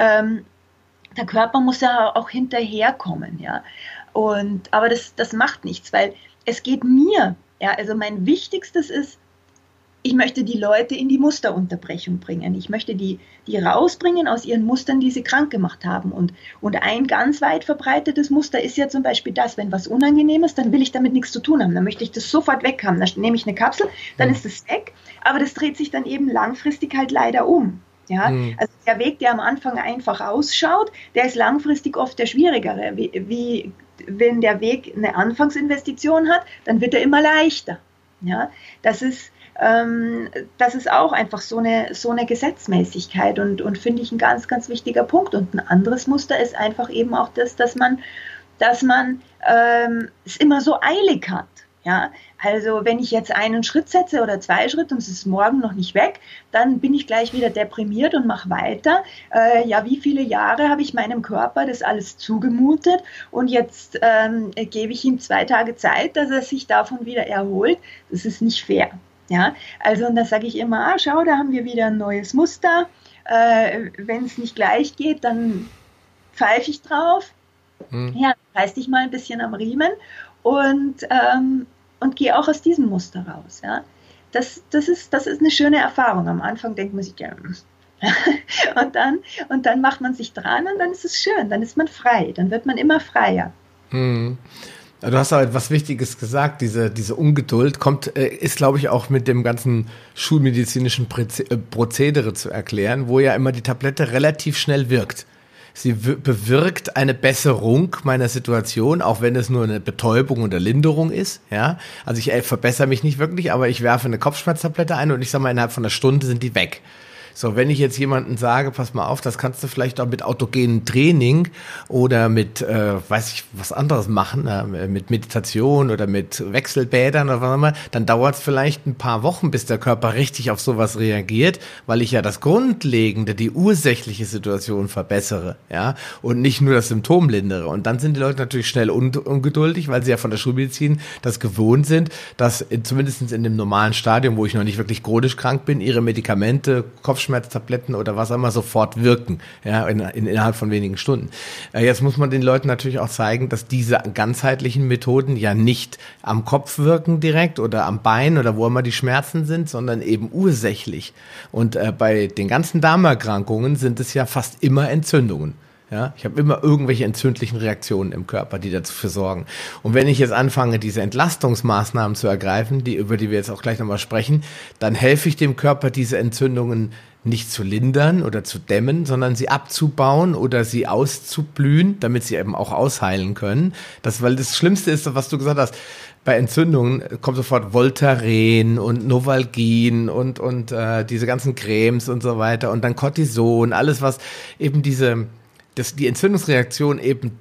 muss ja auch hinterherkommen. Ja? Aber das macht nichts, weil es geht mir, ja, also mein Wichtigstes ist, ich möchte die Leute in die Musterunterbrechung bringen. Ich möchte die rausbringen aus ihren Mustern, die sie krank gemacht haben. Und ein ganz weit verbreitetes Muster ist ja zum Beispiel das, wenn was unangenehm ist, dann will ich damit nichts zu tun haben. Dann möchte ich das sofort weg haben. Dann nehme ich eine Kapsel, dann ist es weg. Aber das dreht sich dann eben langfristig halt leider um. Ja? Also der Weg, der am Anfang einfach ausschaut, der ist langfristig oft der schwierigere. Wie wenn der Weg eine Anfangsinvestition hat, dann wird er immer leichter. Ja? Das ist auch einfach so eine Gesetzmäßigkeit und finde ich ein ganz, ganz wichtiger Punkt. Und ein anderes Muster ist einfach eben auch das, dass man es immer so eilig hat. Ja, also wenn ich jetzt einen Schritt setze oder 2 Schritte und es ist morgen noch nicht weg, dann bin ich gleich wieder deprimiert und mache weiter. Wie viele Jahre habe ich meinem Körper das alles zugemutet und jetzt gebe ich ihm 2 Tage Zeit, dass er sich davon wieder erholt. Das ist nicht fair. Ja, also und da sage ich immer, schau, da haben wir wieder ein neues Muster. Wenn es nicht gleich geht, dann pfeife ich drauf. Ja, reiß dich mal ein bisschen am Riemen und gehe auch aus diesem Muster raus. Ja? Das ist eine schöne Erfahrung. Am Anfang denkt man sich, ja, und dann macht man sich dran und dann ist es schön, dann ist man frei, dann wird man immer freier. Du hast aber etwas Wichtiges gesagt, diese Ungeduld ist, glaube ich, auch mit dem ganzen schulmedizinischen Prozedere zu erklären, wo ja immer die Tablette relativ schnell wirkt. Sie bewirkt eine Besserung meiner Situation, auch wenn es nur eine Betäubung oder Linderung ist. Ja, also ich verbessere mich nicht wirklich, aber ich werfe eine Kopfschmerztablette ein und ich sage mal, innerhalb von einer Stunde sind die weg. So, wenn ich jetzt jemandem sage, pass mal auf, das kannst du vielleicht auch mit autogenem Training oder mit, was anderes machen, mit Meditation oder mit Wechselbädern oder was auch immer, dann dauert es vielleicht ein paar Wochen, bis der Körper richtig auf sowas reagiert, weil ich ja das Grundlegende, die ursächliche Situation verbessere, ja, und nicht nur das Symptom lindere. Und dann sind die Leute natürlich schnell ungeduldig, weil sie ja von der Schulmedizin das gewohnt sind, dass zumindest in dem normalen Stadium, wo ich noch nicht wirklich chronisch krank bin, ihre Medikamente, Kopfschmerztabletten oder was auch immer sofort wirken, ja, innerhalb von wenigen Stunden. Jetzt muss man den Leuten natürlich auch zeigen, dass diese ganzheitlichen Methoden ja nicht am Kopf wirken direkt oder am Bein oder wo immer die Schmerzen sind, sondern eben ursächlich. Und bei den ganzen Darmerkrankungen sind es ja fast immer Entzündungen. Ja, ich habe immer irgendwelche entzündlichen Reaktionen im Körper, die dafür sorgen. Und wenn ich jetzt anfange, diese Entlastungsmaßnahmen zu ergreifen, über die wir jetzt auch gleich nochmal sprechen, dann helfe ich dem Körper, diese Entzündungen nicht zu lindern oder zu dämmen, sondern sie abzubauen oder sie auszublühen, damit sie eben auch ausheilen können. Weil das Schlimmste ist, was du gesagt hast, bei Entzündungen kommt sofort Voltaren und Novalgin und diese ganzen Cremes und so weiter und dann Cortison, alles was eben die Entzündungsreaktion eben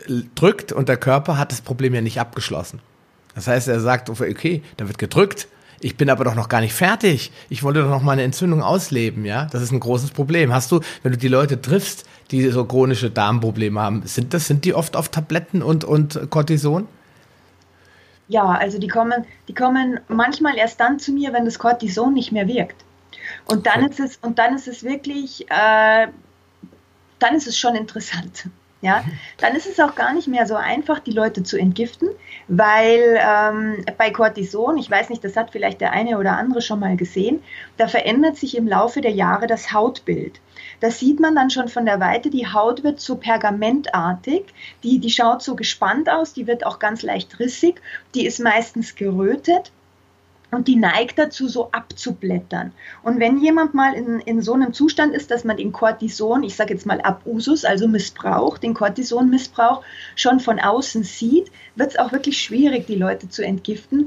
drückt und der Körper hat das Problem ja nicht abgeschlossen. Das heißt, er sagt, okay, da wird gedrückt, Ich bin aber doch noch gar nicht fertig. Ich wollte doch noch meine Entzündung ausleben, ja? Das ist ein großes Problem. Hast du, wenn du die Leute triffst, die so chronische Darmprobleme haben, sind die oft auf Tabletten und Cortison? Ja, also die kommen manchmal erst dann zu mir, wenn das Cortison nicht mehr wirkt. Okay. Und dann ist es wirklich, dann ist es schon interessant. Ja, dann ist es auch gar nicht mehr so einfach, die Leute zu entgiften, weil bei Cortison, ich weiß nicht, das hat vielleicht der eine oder andere schon mal gesehen, da verändert sich im Laufe der Jahre das Hautbild. Das sieht man dann schon von der Weite, die Haut wird so pergamentartig, die schaut so gespannt aus, die wird auch ganz leicht rissig, die ist meistens gerötet. Und die neigt dazu, so abzublättern. Und wenn jemand mal in so einem Zustand ist, dass man den Cortison, ich sage jetzt mal Abusus, also Missbrauch, den Cortison-Missbrauch schon von außen sieht, wird es auch wirklich schwierig, die Leute zu entgiften.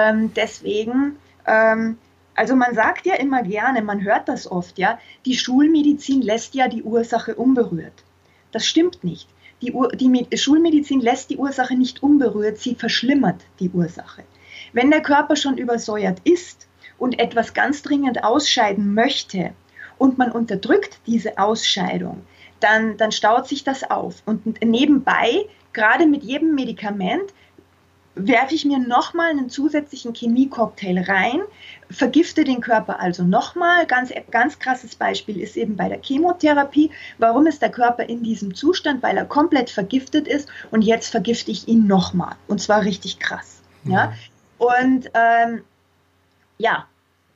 Also man sagt ja immer gerne, man hört das oft, ja, die Schulmedizin lässt ja die Ursache unberührt. Das stimmt nicht. Die Schulmedizin lässt die Ursache nicht unberührt, sie verschlimmert die Ursache. Wenn der Körper schon übersäuert ist und etwas ganz dringend ausscheiden möchte und man unterdrückt diese Ausscheidung, dann staut sich das auf. Und nebenbei, gerade mit jedem Medikament, werfe ich mir nochmal einen zusätzlichen Chemiecocktail rein, vergifte den Körper also nochmal. Ganz krasses Beispiel ist eben bei der Chemotherapie. Warum ist der Körper in diesem Zustand? Weil er komplett vergiftet ist und jetzt vergifte ich ihn nochmal. Und zwar richtig krass. Ja? Und ja.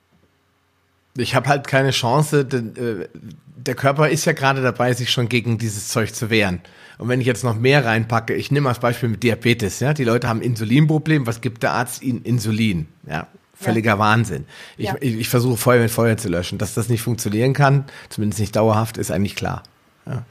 Ich habe halt keine Chance, denn, der Körper ist ja gerade dabei, sich schon gegen dieses Zeug zu wehren. Und wenn ich jetzt noch mehr reinpacke, ich nehme als Beispiel mit Diabetes, ja, die Leute haben Insulinproblem, was gibt der Arzt ihnen? Insulin, ja, völliger Wahnsinn. Ja. Ich versuche Feuer mit Feuer zu löschen, dass das nicht funktionieren kann, zumindest nicht dauerhaft, ist eigentlich klar. Ja.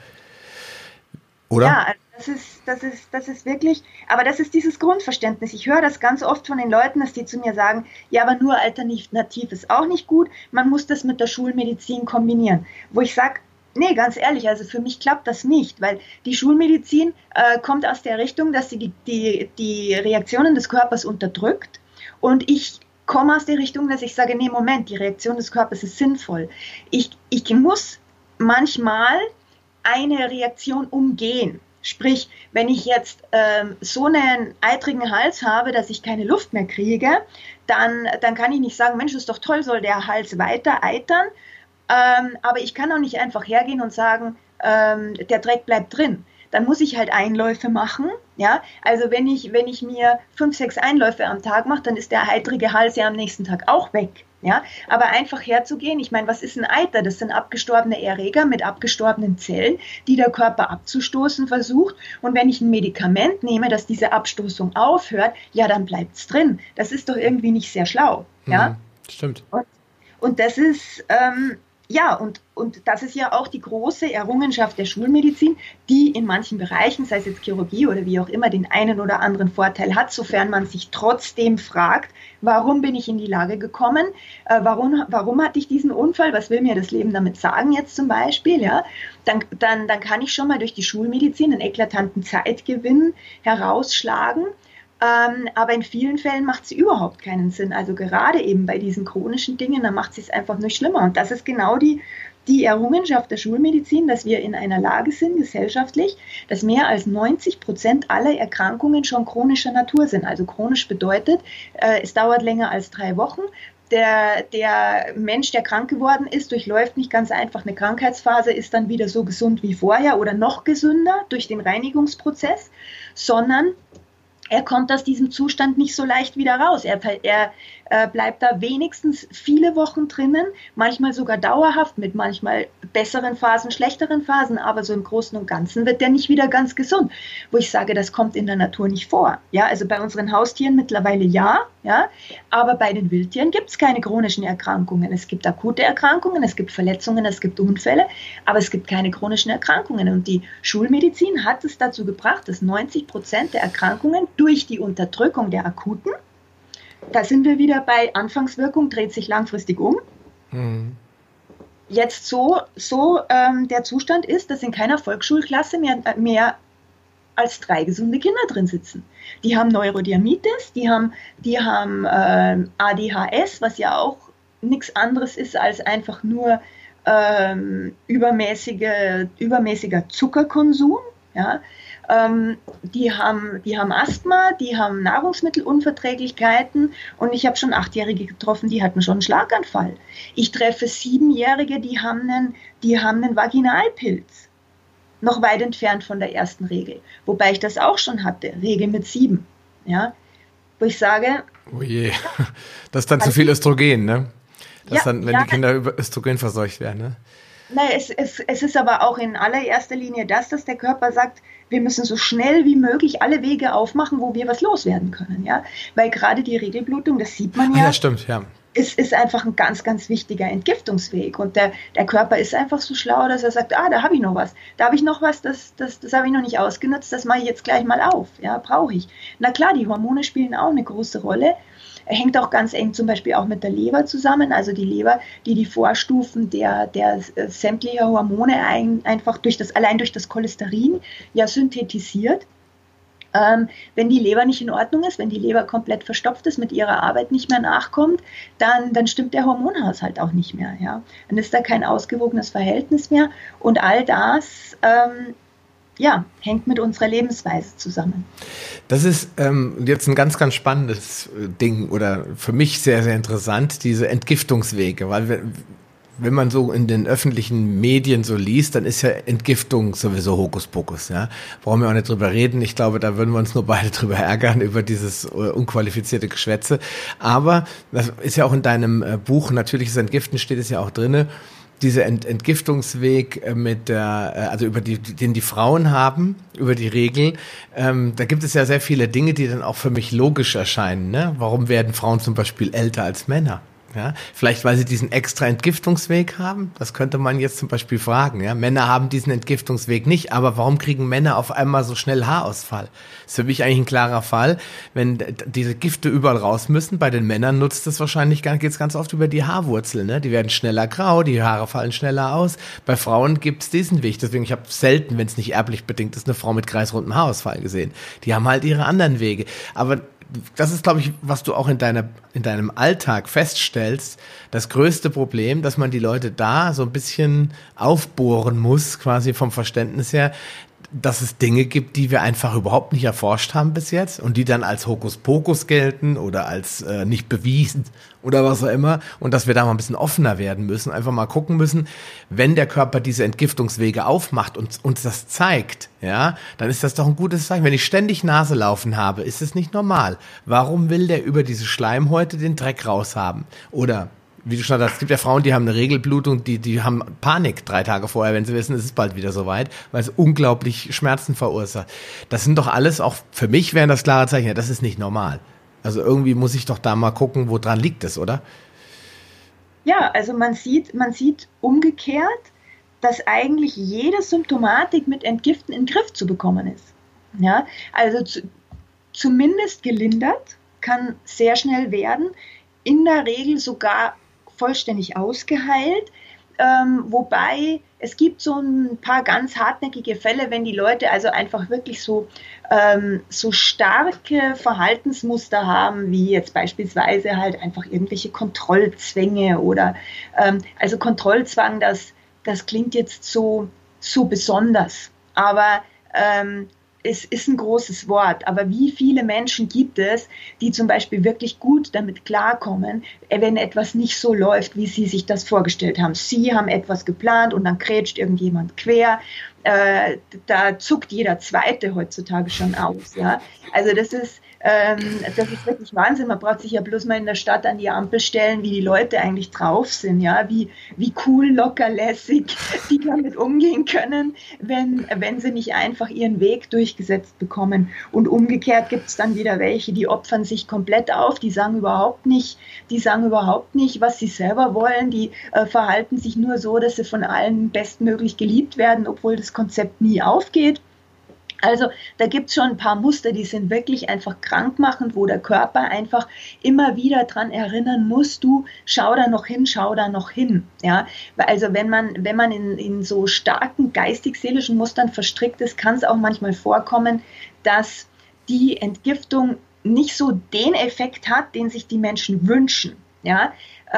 Oder? Ja, also das ist wirklich, aber das ist dieses Grundverständnis. Ich höre das ganz oft von den Leuten, dass die zu mir sagen, ja, aber nur alternativ ist auch nicht gut, man muss das mit der Schulmedizin kombinieren. Wo ich sage, nee, ganz ehrlich, also für mich klappt das nicht, weil die Schulmedizin kommt aus der Richtung, dass sie die Reaktionen des Körpers unterdrückt und ich komme aus der Richtung, dass ich sage, nee, Moment, die Reaktion des Körpers ist sinnvoll. Ich muss manchmal eine Reaktion umgehen. Sprich, wenn ich jetzt so einen eitrigen Hals habe, dass ich keine Luft mehr kriege, dann kann ich nicht sagen, Mensch, ist doch toll, soll der Hals weiter eitern. Aber ich kann auch nicht einfach hergehen und sagen, der Dreck bleibt drin. Dann muss ich halt Einläufe machen. Ja? Also wenn ich mir 5, 6 Einläufe am Tag mache, dann ist der eitrige Hals ja am nächsten Tag auch weg. Ja, aber einfach herzugehen, ich meine, was ist ein Eiter? Das sind abgestorbene Erreger mit abgestorbenen Zellen, die der Körper abzustoßen versucht. Und wenn ich ein Medikament nehme, das diese Abstoßung aufhört, ja, dann bleibt es drin. Das ist doch irgendwie nicht sehr schlau. Ja? Stimmt. Und das ist, ja, und das ist ja auch die große Errungenschaft der Schulmedizin, die in manchen Bereichen, sei es jetzt Chirurgie oder wie auch immer, den einen oder anderen Vorteil hat, sofern man sich trotzdem fragt, warum bin ich in die Lage gekommen, warum hatte ich diesen Unfall, was will mir das Leben damit sagen jetzt zum Beispiel, ja, dann kann ich schon mal durch die Schulmedizin einen eklatanten Zeitgewinn herausschlagen. Aber in vielen Fällen macht es überhaupt keinen Sinn. Also gerade eben bei diesen chronischen Dingen, da macht es sich einfach nur schlimmer. Und das ist genau die Errungenschaft der Schulmedizin, dass wir in einer Lage sind, gesellschaftlich, dass mehr als 90% aller Erkrankungen schon chronischer Natur sind. Also chronisch bedeutet, es dauert länger als 3 Wochen. Der Mensch, der krank geworden ist, durchläuft nicht ganz einfach eine Krankheitsphase, ist dann wieder so gesund wie vorher oder noch gesünder durch den Reinigungsprozess, sondern er kommt aus diesem Zustand nicht so leicht wieder raus. Er bleibt da wenigstens viele Wochen drinnen, manchmal sogar dauerhaft mit manchmal besseren Phasen, schlechteren Phasen, aber so im Großen und Ganzen wird der nicht wieder ganz gesund. Wo ich sage, das kommt in der Natur nicht vor. Ja, also bei unseren Haustieren mittlerweile ja, aber bei den Wildtieren gibt es keine chronischen Erkrankungen. Es gibt akute Erkrankungen, es gibt Verletzungen, es gibt Unfälle, aber es gibt keine chronischen Erkrankungen. Und die Schulmedizin hat es dazu gebracht, dass 90% der Erkrankungen durch die Unterdrückung der akuten, da sind wir wieder bei Anfangswirkung, dreht sich langfristig um. Jetzt so der Zustand ist, dass in keiner Volksschulklasse mehr als 3 gesunde Kinder drin sitzen. Die haben Neurodermitis, die haben ADHS, was ja auch nichts anderes ist als einfach nur übermäßiger Zuckerkonsum. Ja? Die haben Asthma, die haben Nahrungsmittelunverträglichkeiten und ich habe schon 8-Jährige getroffen, die hatten schon einen Schlaganfall. Ich treffe 7-Jährige, die haben einen Vaginalpilz. Noch weit entfernt von der ersten Regel. Wobei ich das auch schon hatte, Regel mit 7. Ja? Wo ich sage... Oh je, das ist dann zu viel Östrogen, ne? Das dann, wenn die Kinder über Östrogen verseucht werden, ne? Nein, es ist aber auch in allererster Linie dass der Körper sagt, wir müssen so schnell wie möglich alle Wege aufmachen, wo wir was loswerden können. Ja? Weil gerade die Regelblutung, das sieht man ja. Ja, stimmt, ja. Ist einfach ein ganz, ganz wichtiger Entgiftungsweg. Und der Körper ist einfach so schlau, dass er sagt, da habe ich noch was. Da habe ich noch was, das habe ich noch nicht ausgenutzt, das mache ich jetzt gleich mal auf. Ja, brauche ich. Na klar, die Hormone spielen auch eine große Rolle. Hängt auch ganz eng zum Beispiel auch mit der Leber zusammen. Also die Leber, die Vorstufen der sämtlicher Hormone einfach allein durch das Cholesterin ja synthetisiert. Wenn die Leber nicht in Ordnung ist, wenn die Leber komplett verstopft ist, mit ihrer Arbeit nicht mehr nachkommt, dann stimmt der Hormonhaushalt auch nicht mehr. Ja? Dann ist da kein ausgewogenes Verhältnis mehr und all das hängt mit unserer Lebensweise zusammen. Das ist jetzt ein ganz, ganz spannendes Ding oder für mich sehr, sehr interessant, diese Entgiftungswege, weil wenn man so in den öffentlichen Medien so liest, dann ist ja Entgiftung sowieso Hokuspokus, ja. Brauchen wir auch nicht drüber reden. Ich glaube, da würden wir uns nur beide drüber ärgern, über dieses unqualifizierte Geschwätze. Aber das ist ja auch in deinem Buch, natürliches Entgiften steht es ja auch drinne, dieser Entgiftungsweg den die Frauen haben, über die Regel, da gibt es ja sehr viele Dinge, die dann auch für mich logisch erscheinen, ne? Warum werden Frauen zum Beispiel älter als Männer? Ja, vielleicht, weil sie diesen extra Entgiftungsweg haben. Das könnte man jetzt zum Beispiel fragen. Ja, Männer haben diesen Entgiftungsweg nicht, aber warum kriegen Männer auf einmal so schnell Haarausfall? Das ist für mich eigentlich ein klarer Fall. Wenn diese Gifte überall raus müssen, bei den Männern nutzt es wahrscheinlich, geht's ganz oft über die Haarwurzeln. Ne? Die werden schneller grau, die Haare fallen schneller aus. Bei Frauen gibt's diesen Weg. Deswegen, ich habe selten, wenn es nicht erblich bedingt ist, eine Frau mit kreisrundem Haarausfall gesehen. Die haben halt ihre anderen Wege. Aber das ist, glaube ich, was du auch in deinem Alltag feststellst, das größte Problem, dass man die Leute da so ein bisschen aufbohren muss, quasi vom Verständnis her, dass es Dinge gibt, die wir einfach überhaupt nicht erforscht haben bis jetzt und die dann als Hokuspokus gelten oder als nicht bewiesen oder was auch immer und dass wir da mal ein bisschen offener werden müssen, einfach mal gucken müssen, wenn der Körper diese Entgiftungswege aufmacht und uns das zeigt, ja, dann ist das doch ein gutes Zeichen. Wenn ich ständig Nase laufen habe, ist es nicht normal. Warum will der über diese Schleimhäute den Dreck raushaben? Oder wie du schon sagst, es gibt ja Frauen, die haben eine Regelblutung, die haben Panik 3 Tage vorher, wenn sie wissen, es ist bald wieder soweit, weil es unglaublich Schmerzen verursacht. Das sind doch alles, auch für mich wären das klare Zeichen, ja, das ist nicht normal. Also irgendwie muss ich doch da mal gucken, woran liegt es, oder? Ja, also man sieht umgekehrt, dass eigentlich jede Symptomatik mit Entgiften in den Griff zu bekommen ist. Ja, also zumindest gelindert, kann sehr schnell werden, in der Regel sogar vollständig ausgeheilt, wobei es gibt so ein paar ganz hartnäckige Fälle, wenn die Leute also einfach wirklich so starke Verhaltensmuster haben, wie jetzt beispielsweise halt einfach irgendwelche Kontrollzwänge oder also Kontrollzwang, das klingt jetzt so besonders, aber es ist ein großes Wort, aber wie viele Menschen gibt es, die zum Beispiel wirklich gut damit klarkommen, wenn etwas nicht so läuft, wie sie sich das vorgestellt haben. Sie haben etwas geplant und dann grätscht irgendjemand quer. Da zuckt jeder Zweite heutzutage schon aus. Ja? Also das ist wirklich Wahnsinn. Man braucht sich ja bloß mal in der Stadt an die Ampel stellen, wie die Leute eigentlich drauf sind, ja, wie cool, locker, lässig die damit umgehen können, wenn sie nicht einfach ihren Weg durchgesetzt bekommen. Und umgekehrt gibt es dann wieder welche, die opfern sich komplett auf, die sagen überhaupt nicht, was sie selber wollen, die verhalten sich nur so, dass sie von allen bestmöglich geliebt werden, obwohl das Konzept nie aufgeht. Also da gibt es schon ein paar Muster, die sind wirklich einfach krankmachend, wo der Körper einfach immer wieder dran erinnern muss, du schau da noch hin, schau da noch hin. Ja? Also wenn man in so starken geistig-seelischen Mustern verstrickt ist, kann es auch manchmal vorkommen, dass die Entgiftung nicht so den Effekt hat, den sich die Menschen wünschen. Ja?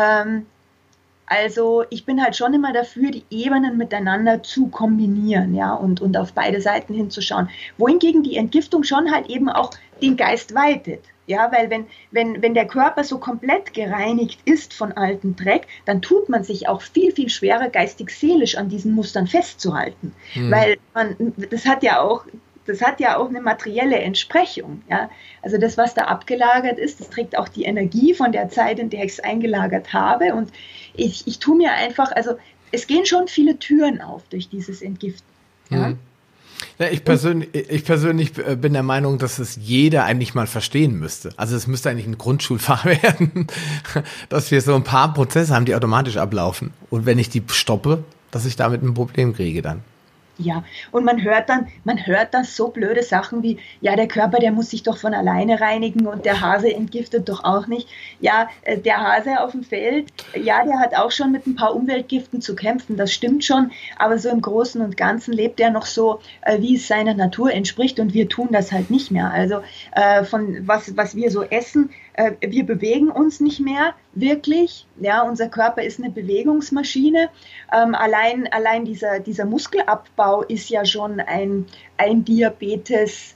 Also ich bin halt schon immer dafür, die Ebenen miteinander zu kombinieren, ja, und auf beide Seiten hinzuschauen. Wohingegen die Entgiftung schon halt eben auch den Geist weitet. Ja, weil wenn der Körper so komplett gereinigt ist von altem Dreck, dann tut man sich auch viel, viel schwerer geistig-seelisch an diesen Mustern festzuhalten. Weil das hat ja auch eine materielle Entsprechung. Ja? Also das, was da abgelagert ist, das trägt auch die Energie von der Zeit, in der ich es eingelagert habe. Und ich tue mir einfach, also es gehen schon viele Türen auf durch dieses Entgiften. Ja? Ja, ich persönlich bin der Meinung, dass es jeder eigentlich mal verstehen müsste. Also es müsste eigentlich ein Grundschulfach werden, dass wir so ein paar Prozesse haben, die automatisch ablaufen. Und wenn ich die stoppe, dass ich damit ein Problem kriege dann. Ja, und man hört dann so blöde Sachen wie, ja, der Körper, der muss sich doch von alleine reinigen und der Hase entgiftet doch auch nicht. Ja, der Hase auf dem Feld, ja, der hat auch schon mit ein paar Umweltgiften zu kämpfen, das stimmt schon, aber so im Großen und Ganzen lebt er noch so, wie es seiner Natur entspricht und wir tun das halt nicht mehr. Also von was wir so essen, wir bewegen uns nicht mehr wirklich. Ja, unser Körper ist eine Bewegungsmaschine. Allein dieser Muskelabbau ist ja schon ein Diabetes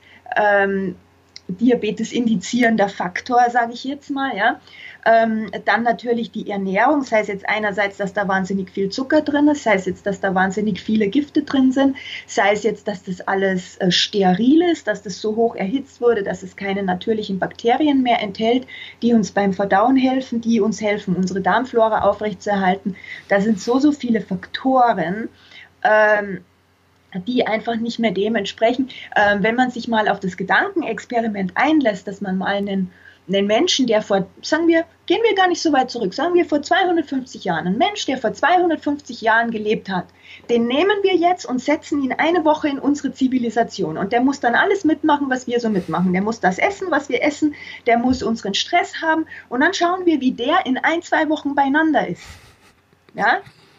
indizierender Faktor, sage ich jetzt mal. Ja. Dann natürlich die Ernährung, sei es jetzt einerseits, dass da wahnsinnig viel Zucker drin ist, sei es jetzt, dass da wahnsinnig viele Gifte drin sind, sei es jetzt, dass das alles steril ist, dass das so hoch erhitzt wurde, dass es keine natürlichen Bakterien mehr enthält, die uns beim Verdauen helfen, die uns helfen, unsere Darmflora aufrechtzuerhalten. Da sind so viele Faktoren, die einfach nicht mehr dem entsprechen. Wenn man sich mal auf das Gedankenexperiment einlässt, dass man mal einen Menschen, der gehen wir gar nicht so weit zurück, sagen wir vor 250 Jahren, ein Mensch, der vor 250 Jahren gelebt hat, den nehmen wir jetzt und setzen ihn eine Woche in unsere Zivilisation und der muss dann alles mitmachen, was wir so mitmachen. Der muss das essen, was wir essen, der muss unseren Stress haben und dann schauen wir, wie der in 1-2 Wochen beieinander ist. Ja?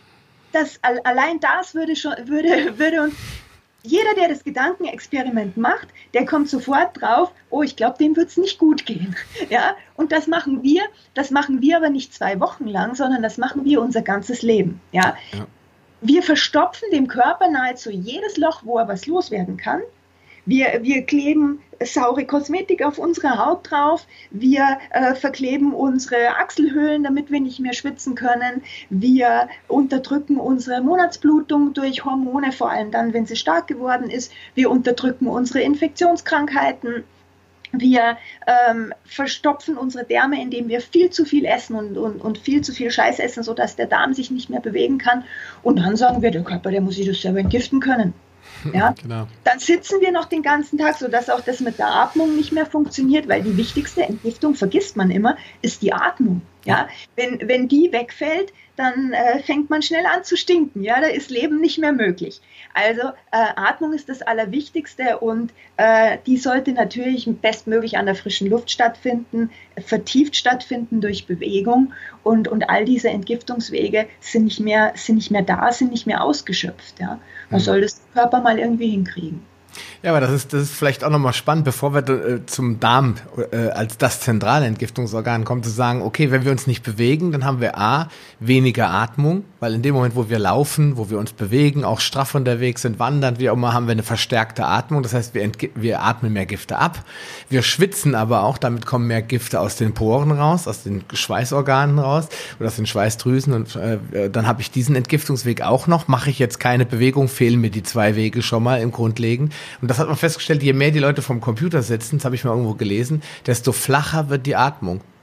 Allein das würde uns, jeder, der das Gedankenexperiment macht, der kommt sofort drauf, oh, ich glaube, dem wird es nicht gut gehen. Ja? Und das machen wir aber nicht 2 Wochen lang, sondern das machen wir unser ganzes Leben. Ja? Ja. Wir verstopfen dem Körper nahezu jedes Loch, wo er was loswerden kann. Wir kleben saure Kosmetik auf unsere Haut drauf, wir verkleben unsere Achselhöhlen, damit wir nicht mehr schwitzen können, wir unterdrücken unsere Monatsblutung durch Hormone, vor allem dann, wenn sie stark geworden ist, wir unterdrücken unsere Infektionskrankheiten, wir verstopfen unsere Därme, indem wir viel zu viel essen und viel zu viel Scheiß essen, sodass der Darm sich nicht mehr bewegen kann und dann sagen wir, der Körper, der muss sich das selber entgiften können. Ja? Genau. Dann sitzen wir noch den ganzen Tag, sodass auch das mit der Atmung nicht mehr funktioniert, weil die wichtigste Entgiftung, vergisst man immer, ist die Atmung. Ja? Wenn die wegfällt, dann fängt man schnell an zu stinken. Ja? Da ist Leben nicht mehr möglich. Also Atmung ist das Allerwichtigste und die sollte natürlich bestmöglich an der frischen Luft stattfinden, vertieft stattfinden durch Bewegung und all diese Entgiftungswege sind nicht mehr da, sind nicht mehr ausgeschöpft. Ja? Man soll das Körper mal irgendwie hinkriegen. Ja, aber das ist vielleicht auch nochmal spannend, bevor wir zum Darm als das zentrale Entgiftungsorgan kommen, zu sagen, okay, wenn wir uns nicht bewegen, dann haben wir weniger Atmung, weil in dem Moment, wo wir laufen, wo wir uns bewegen, auch straff unterwegs sind, wandern, wie auch immer, haben wir eine verstärkte Atmung. Das heißt, wir atmen mehr Gifte ab. Wir schwitzen aber auch, damit kommen mehr Gifte aus den Poren raus, aus den Schweißorganen raus oder aus den Schweißdrüsen und dann habe ich diesen Entgiftungsweg auch noch. Mache ich jetzt keine Bewegung, fehlen mir die 2 Wege schon mal im Grundlegenden. Und das hat man festgestellt, je mehr die Leute vom Computer sitzen, das habe ich mal irgendwo gelesen, desto flacher wird die Atmung.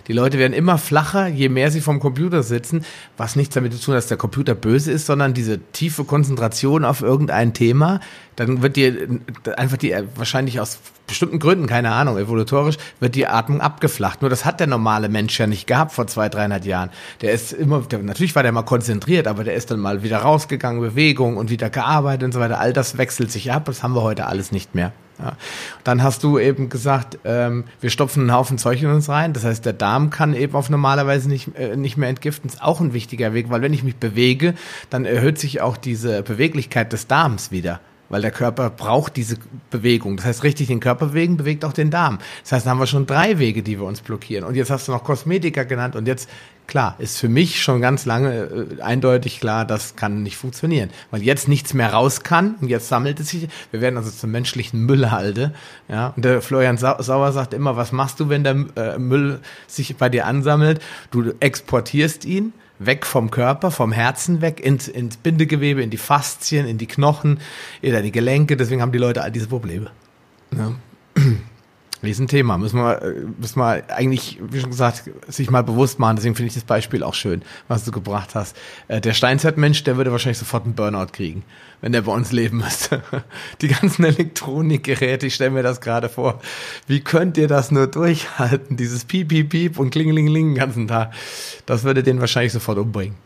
Die Leute werden immer flacher, je mehr sie vom Computer sitzen, was nichts damit zu tun hat, dass der Computer böse ist, sondern diese tiefe Konzentration auf irgendein Thema, dann wird wahrscheinlich aus bestimmten Gründen, keine Ahnung, evolutorisch, wird die Atmung abgeflacht. Nur das hat der normale Mensch ja nicht gehabt vor 200, 300 Jahren. Natürlich war der mal konzentriert, aber der ist dann mal wieder rausgegangen, Bewegung und wieder gearbeitet und so weiter. All das wechselt sich ab, das haben wir heute alles nicht mehr. Ja. Dann hast du eben gesagt, wir stopfen einen Haufen Zeug in uns rein. Das heißt, der Darm kann eben auf normale Weise nicht mehr entgiften. Das ist auch ein wichtiger Weg, weil wenn ich mich bewege, dann erhöht sich auch diese Beweglichkeit des Darms wieder. Weil der Körper braucht diese Bewegung. Das heißt, richtig den Körper bewegen, bewegt auch den Darm. Das heißt, da haben wir schon 3 Wege, die wir uns blockieren. Und jetzt hast du noch Kosmetika genannt. Und jetzt, klar, ist für mich schon ganz lange eindeutig klar, das kann nicht funktionieren. Weil jetzt nichts mehr raus kann. Und jetzt sammelt es sich. Wir werden also zum menschlichen Müllhalde. Ja? Und der Florian Sauer sagt immer, was machst du, wenn der Müll sich bei dir ansammelt? Du exportierst ihn. Weg vom Körper, vom Herzen weg, ins Bindegewebe, in die Faszien, in die Knochen, in die Gelenke. Deswegen haben die Leute all diese Probleme. Ja. Riesenthema. Müssen wir eigentlich, wie schon gesagt, sich mal bewusst machen. Deswegen finde ich das Beispiel auch schön, was du gebracht hast. Der Steinzeitmensch, der würde wahrscheinlich sofort einen Burnout kriegen, wenn der bei uns leben müsste. Die ganzen Elektronikgeräte, ich stelle mir das gerade vor. Wie könnt ihr das nur durchhalten? Dieses Piep, Piep, Piep und Klingeling den ganzen Tag. Das würde den wahrscheinlich sofort umbringen.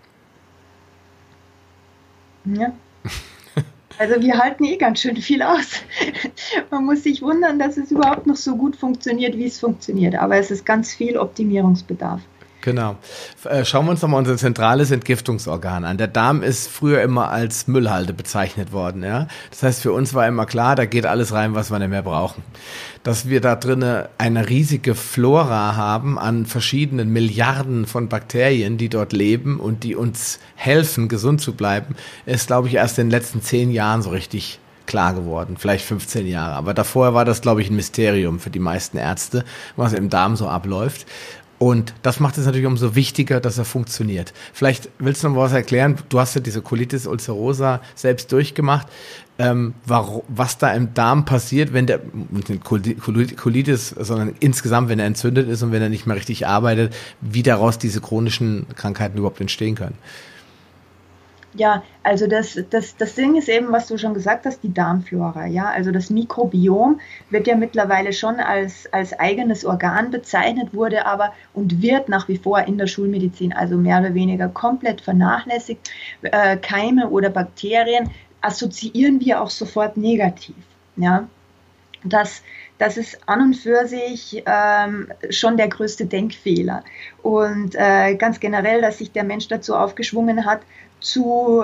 Ja. Also wir halten ganz schön viel aus. Man muss sich wundern, dass es überhaupt noch so gut funktioniert, wie es funktioniert. Aber es ist ganz viel Optimierungsbedarf. Genau. Schauen wir uns nochmal unser zentrales Entgiftungsorgan an. Der Darm ist früher immer als Müllhalde bezeichnet worden. Ja? Das heißt, für uns war immer klar, da geht alles rein, was wir nicht mehr brauchen. Dass wir da drinnen eine riesige Flora haben an verschiedenen Milliarden von Bakterien, die dort leben und die uns helfen, gesund zu bleiben, ist, glaube ich, erst in den letzten 10 Jahren so richtig klar geworden. Vielleicht 15 Jahre. Aber davor war das, glaube ich, ein Mysterium für die meisten Ärzte, was im Darm so abläuft. Und das macht es natürlich umso wichtiger, dass er funktioniert. Vielleicht willst du noch was erklären? Du hast ja diese Colitis ulcerosa selbst durchgemacht. Was da im Darm passiert, wenn der Colitis, sondern insgesamt, wenn er entzündet ist und wenn er nicht mehr richtig arbeitet, wie daraus diese chronischen Krankheiten überhaupt entstehen können. Ja, also das Ding ist eben, was du schon gesagt hast, die Darmflora. Ja, also das Mikrobiom wird ja mittlerweile schon als eigenes Organ bezeichnet, wurde aber und wird nach wie vor in der Schulmedizin also mehr oder weniger komplett vernachlässigt. Keime oder Bakterien assoziieren wir auch sofort negativ. Ja, das ist an und für sich schon der größte Denkfehler. Und ganz generell, dass sich der Mensch dazu aufgeschwungen hat, zu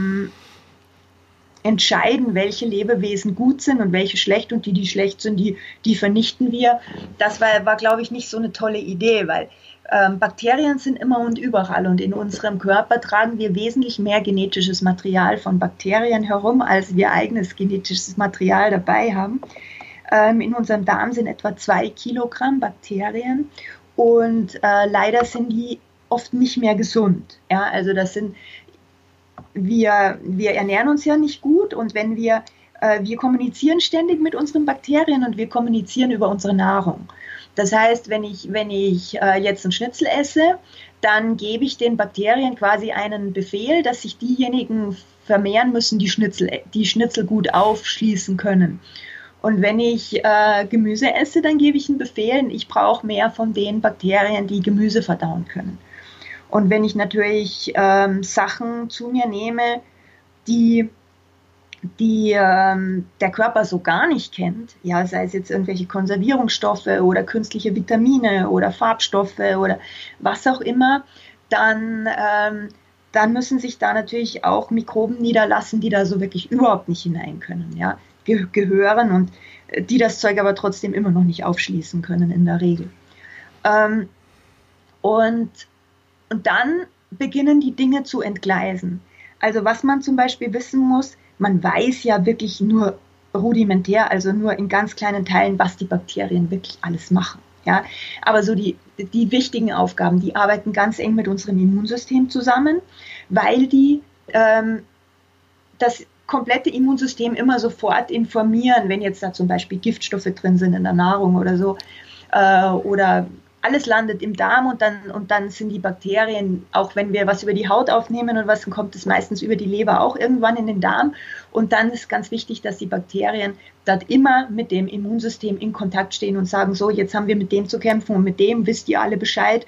entscheiden, welche Lebewesen gut sind und welche schlecht, und die schlecht sind, die vernichten wir. Das war, glaube ich, nicht so eine tolle Idee, weil Bakterien sind immer und überall, und in unserem Körper tragen wir wesentlich mehr genetisches Material von Bakterien herum, als wir eigenes genetisches Material dabei haben. In unserem Darm sind etwa 2 Kilogramm Bakterien, und leider sind die oft nicht mehr gesund. Ja, also wir ernähren uns ja nicht gut, und wenn wir kommunizieren ständig mit unseren Bakterien, und wir kommunizieren über unsere Nahrung. Das heißt, wenn ich jetzt einen Schnitzel esse, dann gebe ich den Bakterien quasi einen Befehl, dass sich diejenigen vermehren müssen, die Schnitzel gut aufschließen können. Und wenn ich Gemüse esse, dann gebe ich einen Befehl, ich brauche mehr von den Bakterien, die Gemüse verdauen können. Und wenn ich natürlich Sachen zu mir nehme, die der Körper so gar nicht kennt, ja, sei es jetzt irgendwelche Konservierungsstoffe oder künstliche Vitamine oder Farbstoffe oder was auch immer, dann müssen sich da natürlich auch Mikroben niederlassen, die da so wirklich überhaupt nicht hinein können, ja, gehören, und die das Zeug aber trotzdem immer noch nicht aufschließen können in der Regel. Und dann beginnen die Dinge zu entgleisen. Also was man zum Beispiel wissen muss, man weiß ja wirklich nur rudimentär, also nur in ganz kleinen Teilen, was die Bakterien wirklich alles machen. Ja? Aber so die wichtigen Aufgaben, die arbeiten ganz eng mit unserem Immunsystem zusammen, weil die das komplette Immunsystem immer sofort informieren, wenn jetzt da zum Beispiel Giftstoffe drin sind in der Nahrung oder so, oder alles landet im Darm und dann sind die Bakterien, auch wenn wir was über die Haut aufnehmen und was, dann kommt es meistens über die Leber auch irgendwann in den Darm. Und dann ist ganz wichtig, dass die Bakterien dort immer mit dem Immunsystem in Kontakt stehen und sagen, so, jetzt haben wir mit dem zu kämpfen und mit dem wisst ihr alle Bescheid,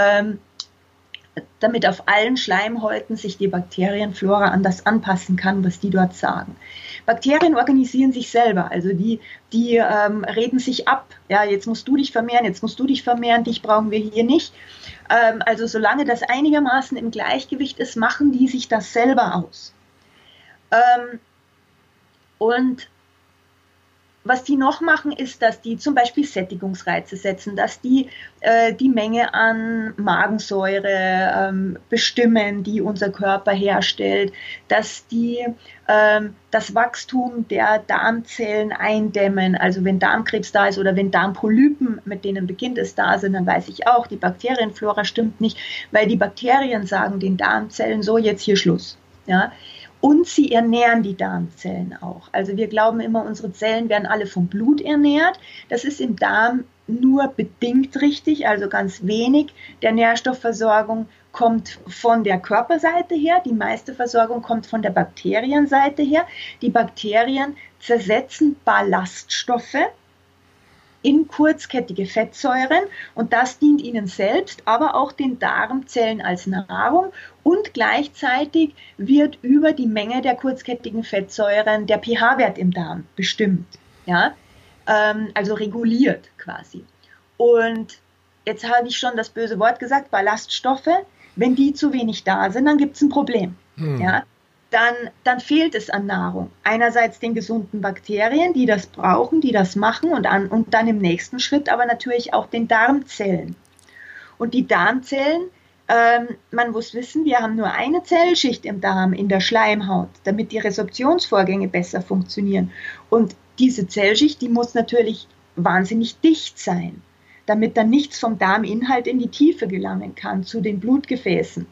damit auf allen Schleimhäuten sich die Bakterienflora an das anpassen kann, was die dort sagen. Bakterien organisieren sich selber, also die reden sich ab. Ja, jetzt musst du dich vermehren, dich brauchen wir hier nicht. Also solange das einigermaßen im Gleichgewicht ist, machen die sich das selber aus. Und was die noch machen, ist, dass die zum Beispiel Sättigungsreize setzen, dass die die Menge an Magensäure bestimmen, die unser Körper herstellt, dass die das Wachstum der Darmzellen eindämmen. Also wenn Darmkrebs da ist oder wenn Darmpolypen, mit denen beginnt es, da sind, dann weiß ich auch, die Bakterienflora stimmt nicht, weil die Bakterien sagen den Darmzellen, so jetzt hier Schluss. Ja? Und sie ernähren die Darmzellen auch. Also wir glauben immer, unsere Zellen werden alle vom Blut ernährt. Das ist im Darm nur bedingt richtig, also ganz wenig der Nährstoffversorgung kommt von der Körperseite her. Die meiste Versorgung kommt von der Bakterienseite her. Die Bakterien zersetzen Ballaststoffe in kurzkettige Fettsäuren und das dient ihnen selbst, aber auch den Darmzellen als Nahrung und gleichzeitig wird über die Menge der kurzkettigen Fettsäuren der pH-Wert im Darm bestimmt, ja? Also reguliert quasi. Und jetzt habe ich schon das böse Wort gesagt, Ballaststoffe, wenn die zu wenig da sind, dann gibt es ein Problem, ja? Dann fehlt es an Nahrung. Einerseits den gesunden Bakterien, die das brauchen, die das machen und dann im nächsten Schritt aber natürlich auch den Darmzellen. Und die Darmzellen, man muss wissen, wir haben nur eine Zellschicht im Darm, in der Schleimhaut, damit die Resorptionsvorgänge besser funktionieren. Und diese Zellschicht, die muss natürlich wahnsinnig dicht sein, damit dann nichts vom Darminhalt in die Tiefe gelangen kann, zu den Blutgefäßen.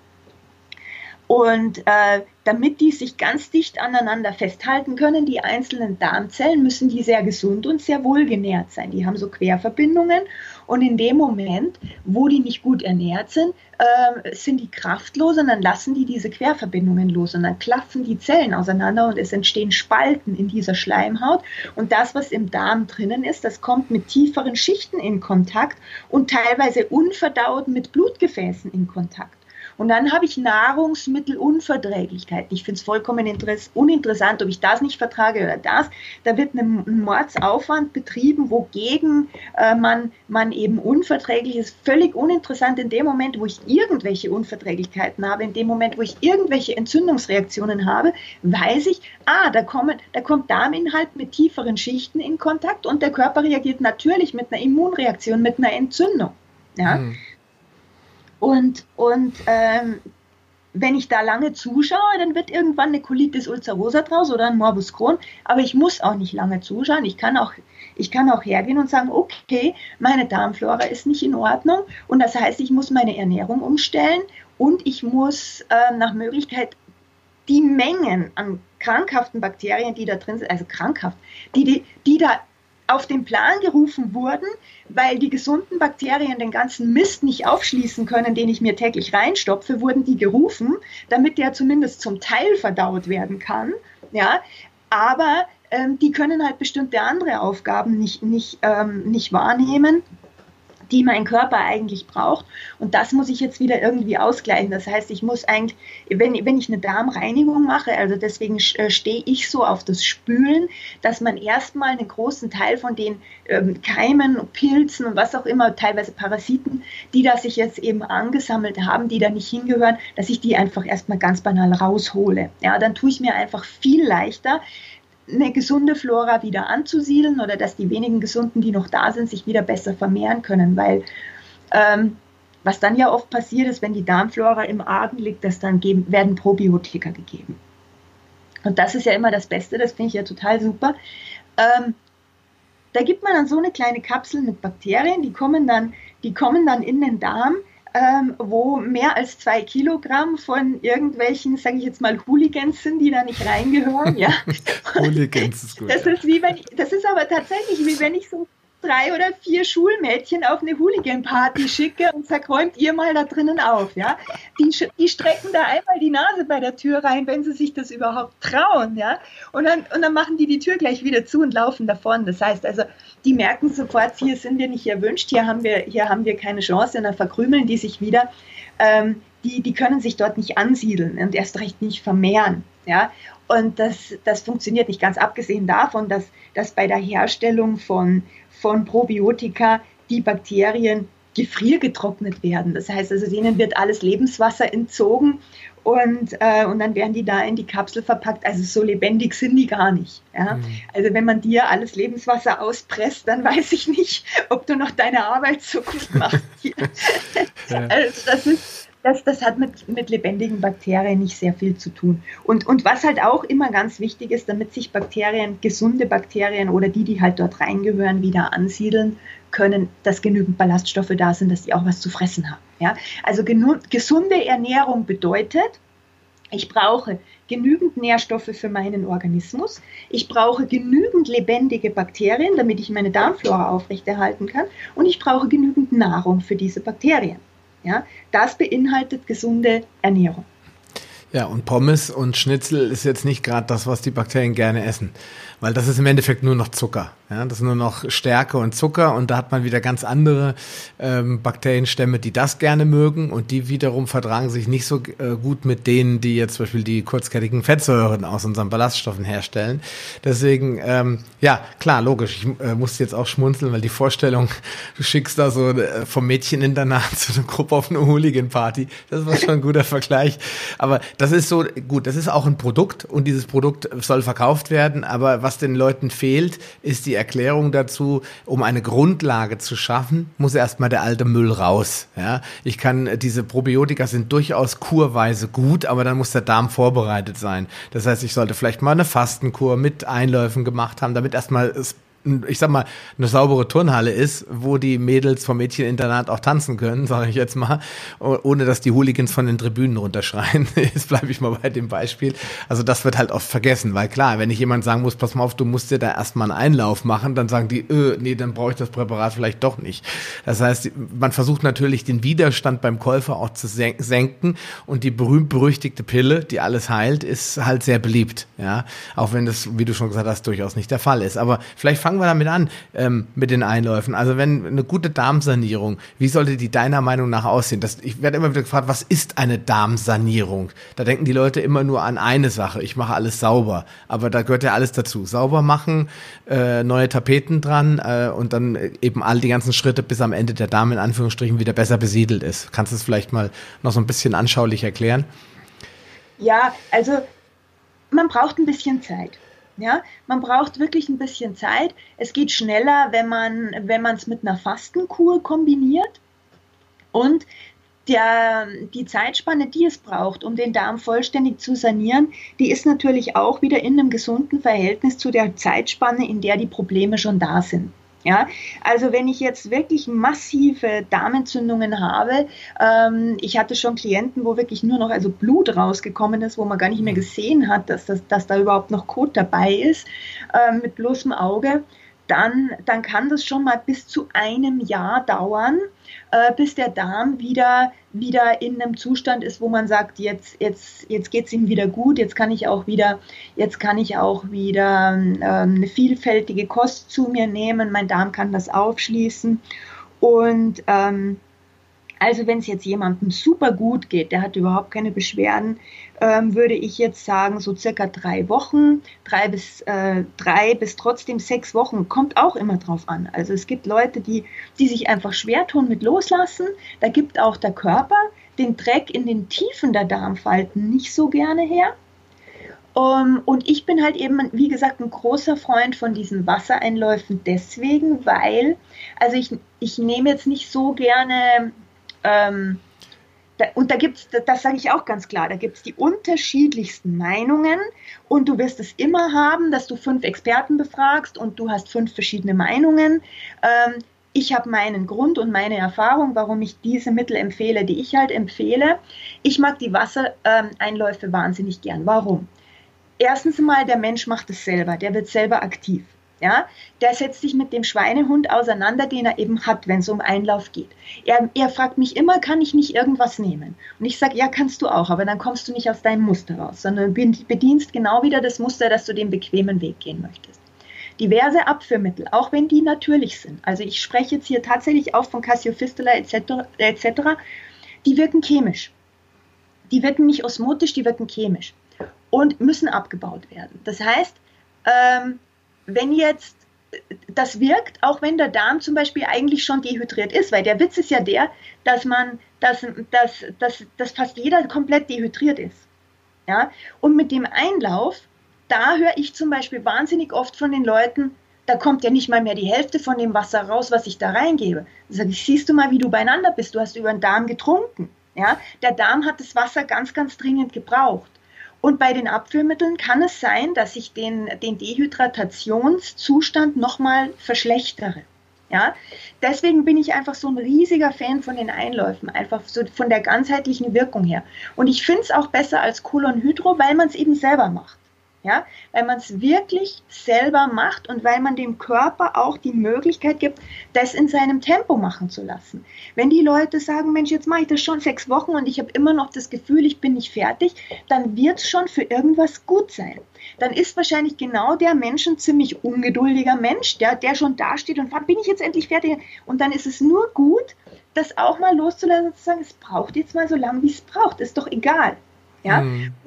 Und damit die sich ganz dicht aneinander festhalten können, die einzelnen Darmzellen, müssen die sehr gesund und sehr wohlgenährt sein. Die haben so Querverbindungen und in dem Moment, wo die nicht gut ernährt sind, sind die kraftlos und dann lassen die diese Querverbindungen los und dann klaffen die Zellen auseinander und es entstehen Spalten in dieser Schleimhaut und das, was im Darm drinnen ist, das kommt mit tieferen Schichten in Kontakt und teilweise unverdaut mit Blutgefäßen in Kontakt. Und dann habe ich Nahrungsmittelunverträglichkeit. Ich finde es vollkommen uninteressant, ob ich das nicht vertrage oder das. Da wird ein Mordsaufwand betrieben, wogegen man eben unverträglich ist. Völlig uninteressant in dem Moment, wo ich irgendwelche Unverträglichkeiten habe, in dem Moment, wo ich irgendwelche Entzündungsreaktionen habe, weiß ich, da kommt Darminhalt mit tieferen Schichten in Kontakt und der Körper reagiert natürlich mit einer Immunreaktion, mit einer Entzündung. Ja? Und wenn ich da lange zuschaue, dann wird irgendwann eine Colitis ulcerosa draus oder ein Morbus Crohn. Aber ich muss auch nicht lange zuschauen. Ich kann auch hergehen und sagen, okay, meine Darmflora ist nicht in Ordnung. Und das heißt, ich muss meine Ernährung umstellen und ich muss nach Möglichkeit die Mengen an krankhaften Bakterien, die da drin sind, also krankhaft, die da auf den Plan gerufen wurden, weil die gesunden Bakterien den ganzen Mist nicht aufschließen können, den ich mir täglich reinstopfe, wurden die gerufen, damit der zumindest zum Teil verdaut werden kann. Ja? Aber die können halt bestimmte andere Aufgaben nicht wahrnehmen, die mein Körper eigentlich braucht. Und das muss ich jetzt wieder irgendwie ausgleichen. Das heißt, ich muss eigentlich, wenn ich eine Darmreinigung mache, also deswegen stehe ich so auf das Spülen, dass man erstmal einen großen Teil von den Keimen, Pilzen und was auch immer, teilweise Parasiten, die da sich jetzt eben angesammelt haben, die da nicht hingehören, dass ich die einfach erstmal ganz banal raushole. Ja, dann tue ich mir einfach viel leichter, eine gesunde Flora wieder anzusiedeln oder dass die wenigen Gesunden, die noch da sind, sich wieder besser vermehren können, weil was dann ja oft passiert ist, wenn die Darmflora im Argen liegt, werden Probiotika gegeben. Und das ist ja immer das Beste, das finde ich ja total super. Da gibt man dann so eine kleine Kapsel mit Bakterien, die kommen dann in den Darm, wo mehr als 2 Kilogramm von irgendwelchen, sage ich jetzt mal, Hooligans sind, die da nicht reingehören. Ja. Hooligans ist gut. Das ist aber tatsächlich, wie wenn ich so 3 oder 4 Schulmädchen auf eine Hooligan-Party schicke und sage, räumt ihr mal da drinnen auf, ja. Die strecken da einmal die Nase bei der Tür rein, wenn sie sich das überhaupt trauen, ja. Und dann machen die Tür gleich wieder zu und laufen davon. Das heißt also, die merken sofort, hier sind wir nicht erwünscht, hier haben wir keine Chance, und dann verkrümeln die sich wieder. Die können sich dort nicht ansiedeln und erst recht nicht vermehren, ja. Und das funktioniert nicht, ganz abgesehen davon, dass bei der Herstellung von Probiotika die Bakterien gefriergetrocknet werden. Das heißt also, denen wird alles Lebenswasser entzogen und dann werden die da in die Kapsel verpackt. Also so lebendig sind die gar nicht. Ja? Also wenn man dir alles Lebenswasser auspresst, dann weiß ich nicht, ob du noch deine Arbeit so gut machst. Also das hat mit lebendigen Bakterien nicht sehr viel zu tun. Und was halt auch immer ganz wichtig ist, damit sich Bakterien, gesunde Bakterien oder die halt dort reingehören, wieder ansiedeln können, dass genügend Ballaststoffe da sind, dass die auch was zu fressen haben. Ja? Also gesunde Ernährung bedeutet, ich brauche genügend Nährstoffe für meinen Organismus, ich brauche genügend lebendige Bakterien, damit ich meine Darmflora aufrechterhalten kann, und ich brauche genügend Nahrung für diese Bakterien. Ja, das beinhaltet gesunde Ernährung. Ja, und Pommes und Schnitzel ist jetzt nicht gerade das, was die Bakterien gerne essen, weil das ist im Endeffekt nur noch Zucker. Ja, das ist nur noch Stärke und Zucker, und da hat man wieder ganz andere Bakterienstämme, die das gerne mögen, und die wiederum vertragen sich nicht so gut mit denen, die jetzt zum Beispiel die kurzkettigen Fettsäuren aus unseren Ballaststoffen herstellen. Deswegen, ja, klar, logisch, ich musste jetzt auch schmunzeln, weil die Vorstellung, du schickst da so vom Mädcheninternat zu einer Gruppe auf eine Hooligan-Party, das war schon ein guter Vergleich. Aber das ist so, gut, das ist auch ein Produkt, und dieses Produkt soll verkauft werden, aber was den Leuten fehlt, ist die Erklärung dazu, um eine Grundlage zu schaffen, muss erstmal der alte Müll raus. Ja, diese Probiotika sind durchaus kurweise gut, aber dann muss der Darm vorbereitet sein. Das heißt, ich sollte vielleicht mal eine Fastenkur mit Einläufen gemacht haben, damit erstmal ich sag mal, eine saubere Turnhalle ist, wo die Mädels vom Mädcheninternat auch tanzen können, sage ich jetzt mal, ohne dass die Hooligans von den Tribünen runterschreien. Jetzt bleibe ich mal bei dem Beispiel. Also das wird halt oft vergessen, weil klar, wenn ich jemand sagen muss, pass mal auf, du musst dir da erstmal einen Einlauf machen, dann sagen die, nee, dann brauche ich das Präparat vielleicht doch nicht. Das heißt, man versucht natürlich den Widerstand beim Käufer auch zu senken, und die berühmt-berüchtigte Pille, die alles heilt, ist halt sehr beliebt. Ja, auch wenn das, wie du schon gesagt hast, durchaus nicht der Fall ist. Aber vielleicht fangen wir damit an, mit den Einläufen. Also wenn eine gute Darmsanierung, wie sollte die deiner Meinung nach aussehen? Ich werde immer wieder gefragt, was ist eine Darmsanierung? Da denken die Leute immer nur an eine Sache, ich mache alles sauber. Aber da gehört ja alles dazu. Sauber machen, neue Tapeten dran und dann eben all die ganzen Schritte, bis am Ende der Darm in Anführungsstrichen wieder besser besiedelt ist. Kannst du es vielleicht mal noch so ein bisschen anschaulich erklären? Ja, also man braucht ein bisschen Zeit. Ja, man braucht wirklich ein bisschen Zeit. Es geht schneller, wenn man es mit einer Fastenkur kombiniert, und die Zeitspanne, die es braucht, um den Darm vollständig zu sanieren, die ist natürlich auch wieder in einem gesunden Verhältnis zu der Zeitspanne, in der die Probleme schon da sind. Ja, also wenn ich jetzt wirklich massive Darmentzündungen habe, ich hatte schon Klienten, wo wirklich nur noch Blut rausgekommen ist, wo man gar nicht mehr gesehen hat, dass da überhaupt noch Kot dabei ist, mit bloßem Auge, dann kann das schon mal bis zu einem Jahr dauern, bis der Darm wieder in einem Zustand ist, wo man sagt, jetzt geht es ihm wieder gut, jetzt kann ich auch wieder eine vielfältige Kost zu mir nehmen, mein Darm kann das aufschließen. Und also wenn es jetzt jemandem super gut geht, der hat überhaupt keine Beschwerden, würde ich jetzt sagen, so circa 3 Wochen, 3 bis trotzdem 6 Wochen, kommt auch immer drauf an. Also es gibt Leute, die sich einfach schwer tun mit Loslassen. Da gibt auch der Körper den Dreck in den Tiefen der Darmfalten nicht so gerne her. Und ich bin halt eben, wie gesagt, ein großer Freund von diesen Wassereinläufen deswegen, weil, also ich nehme jetzt nicht so gerne, und da gibt's, das sage ich auch ganz klar, da gibt es die unterschiedlichsten Meinungen, und du wirst es immer haben, dass du 5 Experten befragst und du hast 5 verschiedene Meinungen. Ich habe meinen Grund und meine Erfahrung, warum ich diese Mittel empfehle, die ich halt empfehle. Ich mag die Wassereinläufe wahnsinnig gern. Warum? Erstens mal, der Mensch macht es selber, der wird selber aktiv. Ja, der setzt sich mit dem Schweinehund auseinander, den er eben hat, wenn es um Einlauf geht. Er fragt mich immer, kann ich nicht irgendwas nehmen? Und ich sage, ja, kannst du auch, aber dann kommst du nicht aus deinem Muster raus, sondern bedienst genau wieder das Muster, dass du den bequemen Weg gehen möchtest. Diverse Abführmittel, auch wenn die natürlich sind, also ich spreche jetzt hier tatsächlich auch von Cassia Fistula etc., die wirken chemisch. Die wirken nicht osmotisch, die wirken chemisch und müssen abgebaut werden. Das heißt, wenn jetzt das wirkt, auch wenn der Darm zum Beispiel eigentlich schon dehydriert ist, weil der Witz ist ja der, dass fast jeder komplett dehydriert ist. Ja? Und mit dem Einlauf, da höre ich zum Beispiel wahnsinnig oft von den Leuten, da kommt ja nicht mal mehr die Hälfte von dem Wasser raus, was ich da reingebe. Da sage ich, siehst du mal, wie du beieinander bist, du hast über den Darm getrunken. Ja? Der Darm hat das Wasser ganz, ganz dringend gebraucht. Und bei den Abführmitteln kann es sein, dass ich den Dehydratationszustand nochmal verschlechtere. Ja? Deswegen bin ich einfach so ein riesiger Fan von den Einläufen, einfach so von der ganzheitlichen Wirkung her. Und ich finde es auch besser als Colon-Hydro, weil man es eben selber macht. Ja, weil man es wirklich selber macht und weil man dem Körper auch die Möglichkeit gibt, das in seinem Tempo machen zu lassen. Wenn die Leute sagen, Mensch, jetzt mache ich das schon 6 Wochen und ich habe immer noch das Gefühl, ich bin nicht fertig, dann wird es schon für irgendwas gut sein. Dann ist wahrscheinlich genau der Mensch ein ziemlich ungeduldiger Mensch, der schon dasteht und fragt, bin ich jetzt endlich fertig? Und dann ist es nur gut, das auch mal loszulassen und zu sagen, es braucht jetzt mal so lange, wie es braucht, ist doch egal. Ja?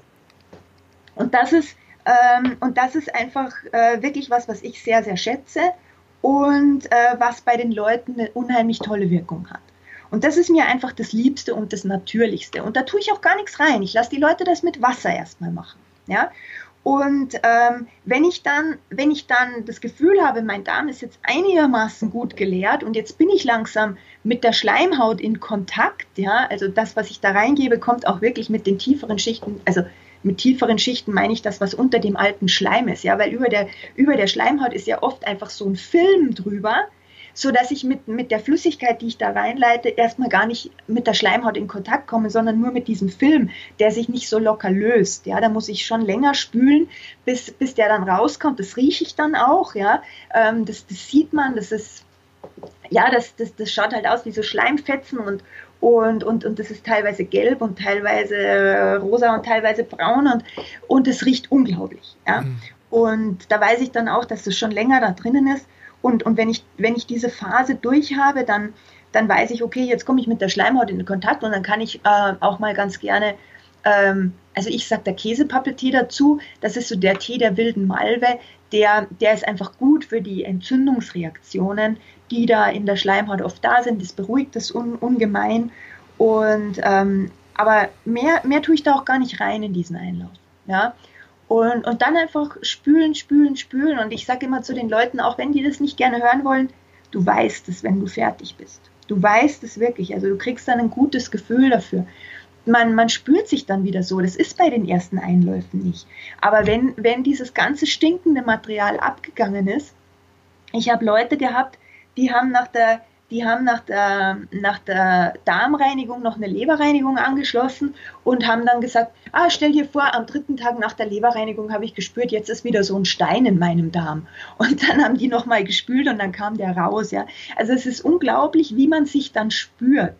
Und das ist einfach wirklich was ich sehr, sehr schätze und was bei den Leuten eine unheimlich tolle Wirkung hat. Und das ist mir einfach das Liebste und das Natürlichste. Und da tue ich auch gar nichts rein. Ich lasse die Leute das mit Wasser erstmal machen. Ja? Und wenn ich dann das Gefühl habe, mein Darm ist jetzt einigermaßen gut geleert und jetzt bin ich langsam mit der Schleimhaut in Kontakt, ja, also das, was ich da reingebe, kommt auch wirklich mit den tieferen Schichten, also mit tieferen Schichten meine ich das, was unter dem alten Schleim ist, ja, weil über der Schleimhaut ist ja oft einfach so ein Film drüber, sodass ich mit der Flüssigkeit, die ich da reinleite, erstmal gar nicht mit der Schleimhaut in Kontakt komme, sondern nur mit diesem Film, der sich nicht so locker löst. Ja, da muss ich schon länger spülen, bis der dann rauskommt. Das rieche ich dann auch, ja. Das sieht man, das ist, ja, das schaut halt aus wie so Schleimfetzen und das ist teilweise gelb und teilweise rosa und teilweise braun und es riecht unglaublich. Ja? Und da weiß ich dann auch, dass es schon länger da drinnen ist. Und wenn ich diese Phase durch habe, dann weiß ich, okay, jetzt komme ich mit der Schleimhaut in Kontakt und dann kann ich auch mal ganz gerne, also ich sage der Käsepappeltee dazu, das ist so der Tee der wilden Malve, der ist einfach gut für die Entzündungsreaktionen, die da in der Schleimhaut oft da sind. Das beruhigt das ungemein. Und, aber mehr tue ich da auch gar nicht rein in diesen Einlauf. Ja? Und dann einfach spülen. Und ich sage immer zu den Leuten, auch wenn die das nicht gerne hören wollen, du weißt es, wenn du fertig bist. Du weißt es wirklich. Also du kriegst dann ein gutes Gefühl dafür. Man spürt sich dann wieder so. Das ist bei den ersten Einläufen nicht. Aber wenn dieses ganze stinkende Material abgegangen ist, ich habe Leute gehabt, die haben nach der Darmreinigung noch eine Leberreinigung angeschlossen und haben dann gesagt, stell dir vor, am 3. Tag nach der Leberreinigung habe ich gespürt, jetzt ist wieder so ein Stein in meinem Darm. Und dann haben die nochmal gespült und dann kam der raus. Ja. Also es ist unglaublich, wie man sich dann spürt.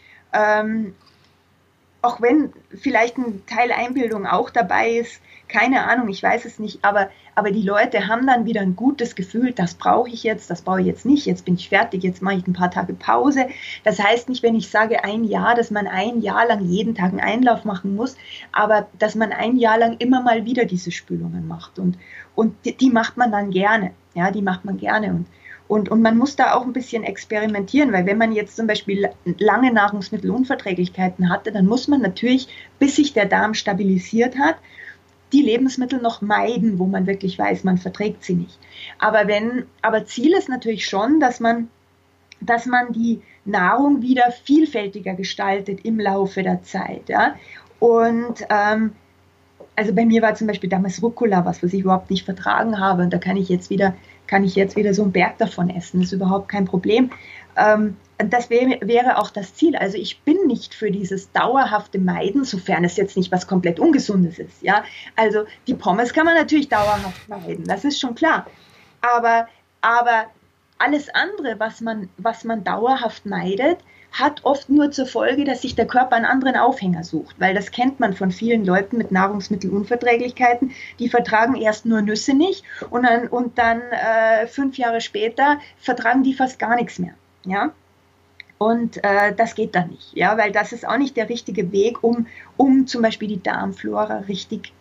Auch wenn vielleicht ein Teil Einbildung auch dabei ist, keine Ahnung, ich weiß es nicht, aber die Leute haben dann wieder ein gutes Gefühl, das brauche ich jetzt, das brauche ich jetzt nicht, jetzt bin ich fertig, jetzt mache ich ein paar Tage Pause. Das heißt nicht, wenn ich sage 1 Jahr, dass man 1 Jahr lang jeden Tag einen Einlauf machen muss, aber dass man 1 Jahr lang immer mal wieder diese Spülungen macht und die macht man dann gerne, ja, die macht man gerne und man muss da auch ein bisschen experimentieren, weil wenn man jetzt zum Beispiel lange Nahrungsmittelunverträglichkeiten hatte, dann muss man natürlich, bis sich der Darm stabilisiert hat, die Lebensmittel noch meiden, wo man wirklich weiß, man verträgt sie nicht. Aber Ziel ist natürlich schon, dass man die Nahrung wieder vielfältiger gestaltet im Laufe der Zeit. Ja? Und also bei mir war zum Beispiel damals Rucola, was ich überhaupt nicht vertragen habe. Und da kann ich jetzt wieder so einen Berg davon essen. Das ist überhaupt kein Problem. Das wäre auch das Ziel. Also ich bin nicht für dieses dauerhafte Meiden, sofern es jetzt nicht was komplett Ungesundes ist. Ja? Also die Pommes kann man natürlich dauerhaft meiden, das ist schon klar. Aber alles andere, was man dauerhaft meidet, hat oft nur zur Folge, dass sich der Körper einen anderen Aufhänger sucht, weil das kennt man von vielen Leuten mit Nahrungsmittelunverträglichkeiten, die vertragen erst nur Nüsse nicht und dann 5 Jahre später vertragen die fast gar nichts mehr, ja. Und das geht dann nicht, ja, weil das ist auch nicht der richtige Weg, um zum Beispiel die Darmflora richtig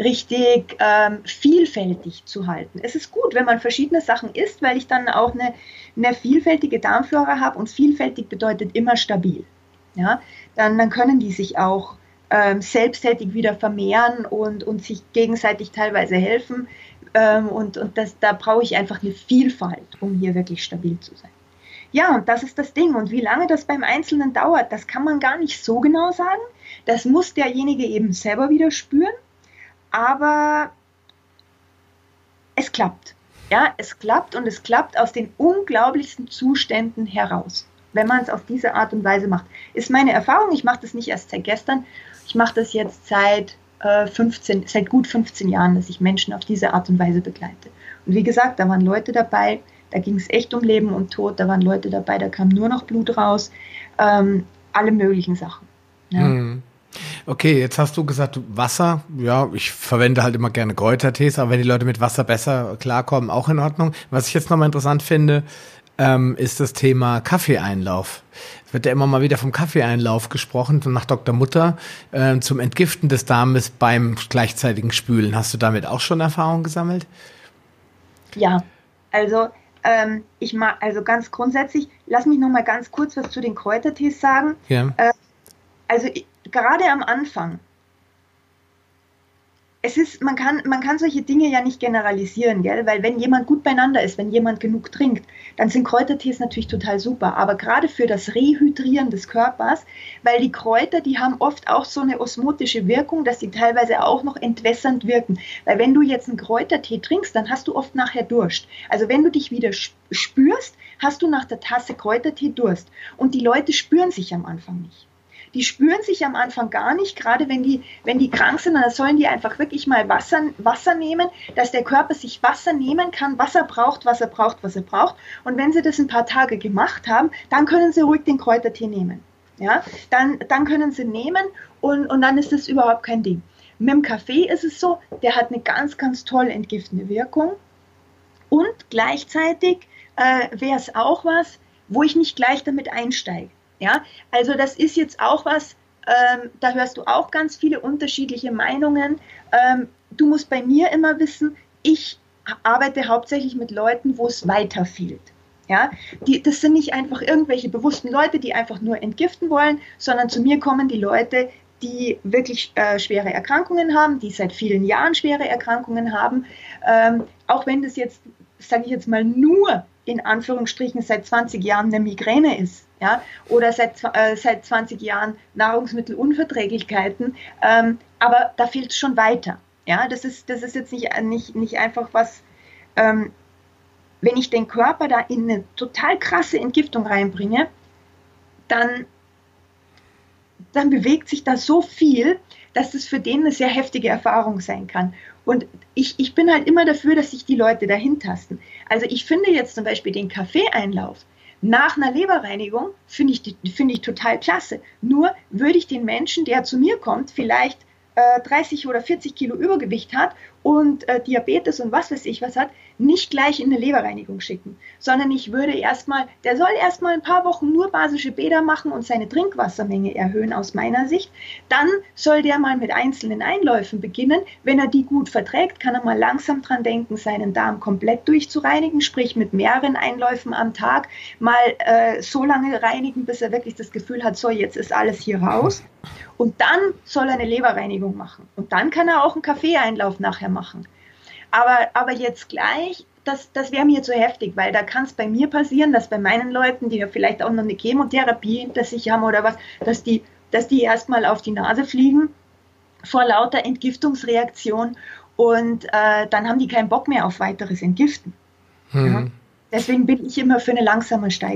vielfältig zu halten. Es ist gut, wenn man verschiedene Sachen isst, weil ich dann auch eine vielfältige Darmflora habe und vielfältig bedeutet immer stabil. Ja? Dann können die sich auch selbsttätig wieder vermehren und sich gegenseitig teilweise helfen. Da brauche ich einfach eine Vielfalt, um hier wirklich stabil zu sein. Ja, und das ist das Ding. Und wie lange das beim Einzelnen dauert, das kann man gar nicht so genau sagen. Das muss derjenige eben selber wieder spüren. Aber es klappt. Ja, es klappt und es klappt aus den unglaublichsten Zuständen heraus, wenn man es auf diese Art und Weise macht. Ist meine Erfahrung, ich mache das nicht erst seit gestern, ich mache das jetzt seit gut 15 Jahren, dass ich Menschen auf diese Art und Weise begleite. Und wie gesagt, da waren Leute dabei, da ging es echt um Leben und Tod, da waren Leute dabei, da kam nur noch Blut raus, alle möglichen Sachen. Ja. Hm. Okay, jetzt hast du gesagt, Wasser, ja, ich verwende halt immer gerne Kräutertees, aber wenn die Leute mit Wasser besser klarkommen, auch in Ordnung. Was ich jetzt nochmal interessant finde, ist das Thema Kaffeeeinlauf. Es wird ja immer mal wieder vom Kaffeeeinlauf gesprochen, nach Dr. Mutter, zum Entgiften des Darmes beim gleichzeitigen Spülen. Hast du damit auch schon Erfahrung gesammelt? Ja, also ganz grundsätzlich, lass mich nochmal ganz kurz was zu den Kräutertees sagen. Ja. Gerade am Anfang, man kann solche Dinge ja nicht generalisieren, gell? Weil wenn jemand gut beieinander ist, wenn jemand genug trinkt, dann sind Kräutertees natürlich total super. Aber gerade für das Rehydrieren des Körpers, weil die Kräuter, die haben oft auch so eine osmotische Wirkung, dass sie teilweise auch noch entwässernd wirken. Weil wenn du jetzt einen Kräutertee trinkst, dann hast du oft nachher Durst. Also wenn du dich wieder spürst, hast du nach der Tasse Kräutertee Durst. Und die Leute spüren sich am Anfang nicht. Die spüren sich am Anfang gar nicht, gerade wenn die krank sind, dann sollen die einfach wirklich mal Wasser nehmen, dass der Körper sich Wasser nehmen kann, was er braucht. Und wenn sie das ein paar Tage gemacht haben, dann können sie ruhig den Kräutertee nehmen. Ja? Dann können sie nehmen und dann ist das überhaupt kein Ding. Mit dem Kaffee ist es so, der hat eine ganz, ganz toll entgiftende Wirkung und gleichzeitig wäre es auch was, wo ich nicht gleich damit einsteige. Ja, also das ist jetzt auch was, da hörst du auch ganz viele unterschiedliche Meinungen. Du musst bei mir immer wissen, ich arbeite hauptsächlich mit Leuten, wo es weiter fehlt. Ja, das sind nicht einfach irgendwelche bewussten Leute, die einfach nur entgiften wollen, sondern zu mir kommen die Leute, die wirklich schwere Erkrankungen haben, die seit vielen Jahren schwere Erkrankungen haben. Auch wenn das jetzt, sage ich jetzt mal, nur in Anführungsstrichen seit 20 Jahren eine Migräne ist. Ja, oder seit 20 Jahren Nahrungsmittelunverträglichkeiten, aber da fehlt es schon weiter. Ja, das ist jetzt nicht einfach was, wenn ich den Körper da in eine total krasse Entgiftung reinbringe, dann bewegt sich da so viel, dass es für den eine sehr heftige Erfahrung sein kann. Und ich bin halt immer dafür, dass sich die Leute dahin tasten. Also ich finde jetzt zum Beispiel den Kaffeeeinlauf nach einer Leberreinigung finde ich total klasse. Nur würde ich den Menschen, der zu mir kommt, vielleicht 30 oder 40 Kilo Übergewicht hat und Diabetes und was weiß ich was hat, nicht gleich in eine Leberreinigung schicken, sondern ich würde der soll erstmal ein paar Wochen nur basische Bäder machen und seine Trinkwassermenge erhöhen aus meiner Sicht. Dann soll der mal mit einzelnen Einläufen beginnen. Wenn er die gut verträgt, kann er mal langsam dran denken, seinen Darm komplett durchzureinigen, sprich mit mehreren Einläufen am Tag, mal so lange reinigen, bis er wirklich das Gefühl hat, so jetzt ist alles hier raus. Und dann soll er eine Leberreinigung machen. Und dann kann er auch einen Kaffeeeinlauf nachher machen. Aber jetzt gleich, das wäre mir zu heftig, weil da kann es bei mir passieren, dass bei meinen Leuten, die ja vielleicht auch noch eine Chemotherapie hinter sich haben oder was, dass die erstmal auf die Nase fliegen vor lauter Entgiftungsreaktion und dann haben die keinen Bock mehr auf weiteres Entgiften. Ja? Deswegen bin ich immer für eine langsame Steigerung.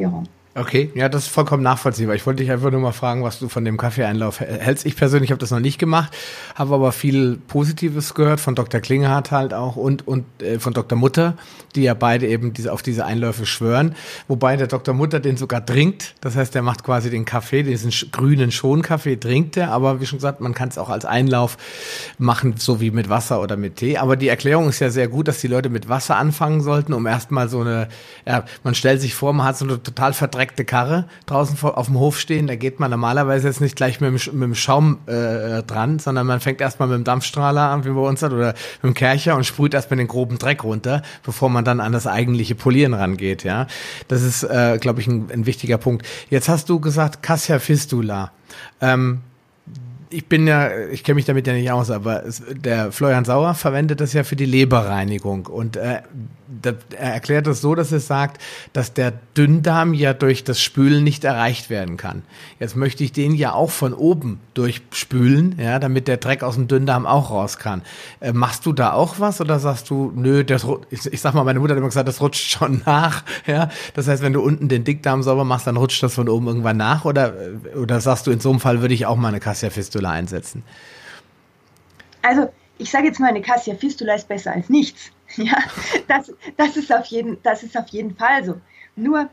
Okay, ja, das ist vollkommen nachvollziehbar. Ich wollte dich einfach nur mal fragen, was du von dem Kaffeeeinlauf hältst. Ich persönlich habe das noch nicht gemacht, habe aber viel Positives gehört von Dr. Klingehardt halt auch und von Dr. Mutter, die ja beide eben auf diese Einläufe schwören. Wobei der Dr. Mutter den sogar trinkt. Das heißt, der macht quasi den Kaffee, diesen grünen Schonkaffee trinkt er. Aber wie schon gesagt, man kann es auch als Einlauf machen, so wie mit Wasser oder mit Tee. Aber die Erklärung ist ja sehr gut, dass die Leute mit Wasser anfangen sollten, um erstmal man stellt sich vor, man hat so eine total verdreckte Karre draußen auf dem Hof stehen, da geht man normalerweise jetzt nicht gleich mit dem Schaum dran, sondern man fängt erstmal mit dem Dampfstrahler an, wie bei uns hat, oder mit dem Kercher und sprüht erstmal den groben Dreck runter, bevor man dann an das eigentliche Polieren rangeht, ja. Das ist, glaube ich, ein wichtiger Punkt. Jetzt hast du gesagt, Cassia Fistula. Ich kenne mich damit ja nicht aus, aber der Florian Sauer verwendet das ja für die Leberreinigung und er erklärt das so, dass er sagt, dass der Dünndarm ja durch das Spülen nicht erreicht werden kann. Jetzt möchte ich den ja auch von oben durchspülen, ja, damit der Dreck aus dem Dünndarm auch raus kann. Machst du da auch was oder sagst du, nö, ich sag mal, meine Mutter hat immer gesagt, das rutscht schon nach, ja. Das heißt, wenn du unten den Dickdarm sauber machst, dann rutscht das von oben irgendwann nach oder sagst du, in so einem Fall würde ich auch mal eine Cassia Fistula einsetzen? Also, ich sage jetzt mal, eine Cassia Fistula ist besser als nichts. Ja, das ist auf jeden Fall so. Nur,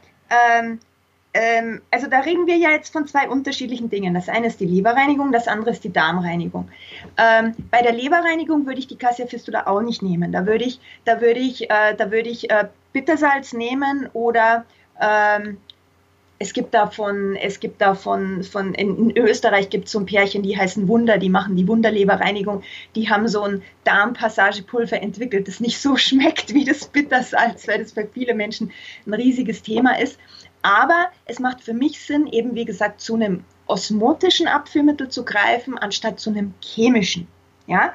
also da reden wir ja jetzt von zwei unterschiedlichen Dingen. Das eine ist die Leberreinigung, das andere ist die Darmreinigung. Bei der Leberreinigung würde ich die Cassia Fistula auch nicht nehmen. Da würde ich Bittersalz nehmen oder es gibt davon in Österreich gibt es so ein Pärchen, die heißen Wunder, die machen die Wunderleberreinigung. Die haben so ein Darmpassagepulver entwickelt, das nicht so schmeckt wie das Bittersalz, weil das für viele Menschen ein riesiges Thema ist. Aber es macht für mich Sinn, eben wie gesagt, zu einem osmotischen Abführmittel zu greifen, anstatt zu einem chemischen. Ja?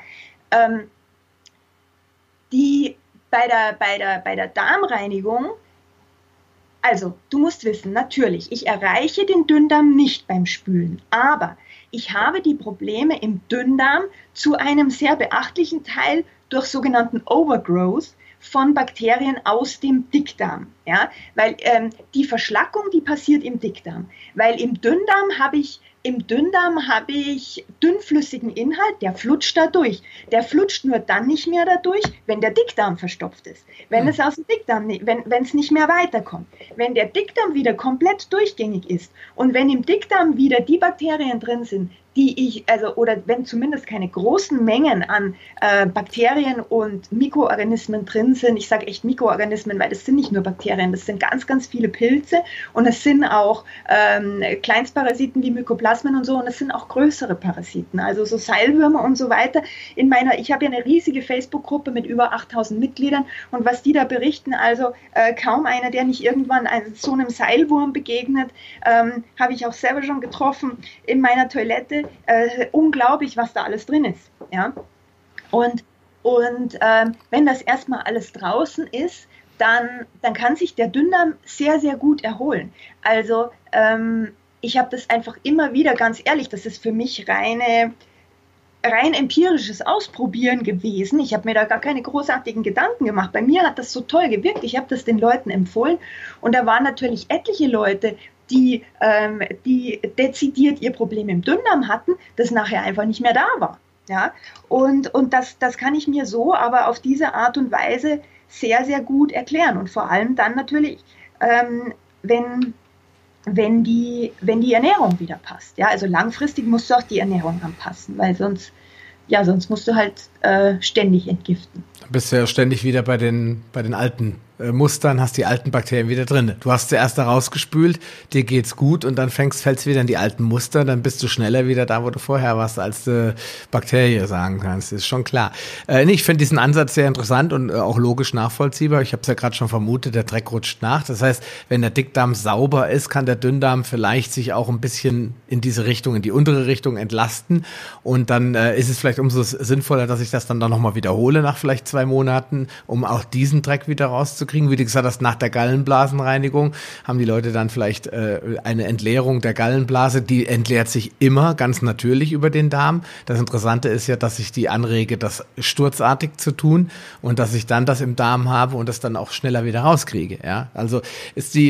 Bei der Darmreinigung, also, du musst wissen, natürlich, ich erreiche den Dünndarm nicht beim Spülen, aber ich habe die Probleme im Dünndarm zu einem sehr beachtlichen Teil durch sogenannten Overgrowth von Bakterien aus dem Dickdarm. Ja? Weil die Verschlackung, die passiert im Dickdarm. Weil im Dünndarm habe ich dünnflüssigen Inhalt, der flutscht da durch. Der flutscht nur dann nicht mehr dadurch, wenn der Dickdarm verstopft ist. Wenn es aus dem Dickdarm, wenn es nicht mehr weiterkommt. Wenn der Dickdarm wieder komplett durchgängig ist und wenn im Dickdarm wieder die Bakterien drin sind, oder wenn zumindest keine großen Mengen an Bakterien und Mikroorganismen drin sind, ich sage echt Mikroorganismen, weil das sind nicht nur Bakterien, das sind ganz, ganz viele Pilze und es sind auch Kleinstparasiten wie Mykoplasmen und so und es sind auch größere Parasiten, also so Seilwürmer und so weiter. Ich habe ja eine riesige Facebook-Gruppe mit über 8000 Mitgliedern und was die da berichten, also kaum einer, der nicht irgendwann so einem Seilwurm begegnet, habe ich auch selber schon getroffen in meiner Toilette. Unglaublich, was da alles drin ist. Ja? Und wenn das erstmal alles draußen ist, dann kann sich der Dünndarm sehr, sehr gut erholen. Also ich habe das einfach immer wieder, ganz ehrlich, das ist für mich rein empirisches Ausprobieren gewesen. Ich habe mir da gar keine großartigen Gedanken gemacht. Bei mir hat das so toll gewirkt. Ich habe das den Leuten empfohlen und da waren natürlich etliche Leute, die dezidiert ihr Problem im Dünndarm hatten, das nachher einfach nicht mehr da war. Ja? Und das kann ich mir so, aber auf diese Art und Weise sehr, sehr gut erklären. Und vor allem dann natürlich, wenn die Ernährung wieder passt. Ja? Also langfristig musst du auch die Ernährung anpassen, weil sonst musst du halt ständig entgiften. Dann bist du ja ständig wieder bei den alten Mustern, hast die alten Bakterien wieder drin. Du hast zuerst da rausgespült, dir geht's gut und dann fällst wieder in die alten Muster, dann bist du schneller wieder da, wo du vorher warst, als du Bakterie sagen kannst. Das ist schon klar. Ich finde diesen Ansatz sehr interessant und auch logisch nachvollziehbar. Ich habe es ja gerade schon vermutet, der Dreck rutscht nach. Das heißt, wenn der Dickdarm sauber ist, kann der Dünndarm vielleicht sich auch ein bisschen in diese Richtung, in die untere Richtung entlasten und dann ist es vielleicht umso sinnvoller, dass ich das dann nochmal wiederhole nach vielleicht 2 Monaten, um auch diesen Dreck wieder rauszukriegen. Wie du gesagt hast, nach der Gallenblasenreinigung haben die Leute dann vielleicht eine Entleerung der Gallenblase, die entleert sich immer ganz natürlich über den Darm. Das Interessante ist ja, dass ich die anrege, das sturzartig zu tun und dass ich dann das im Darm habe und das dann auch schneller wieder rauskriege. Ja? Also ist die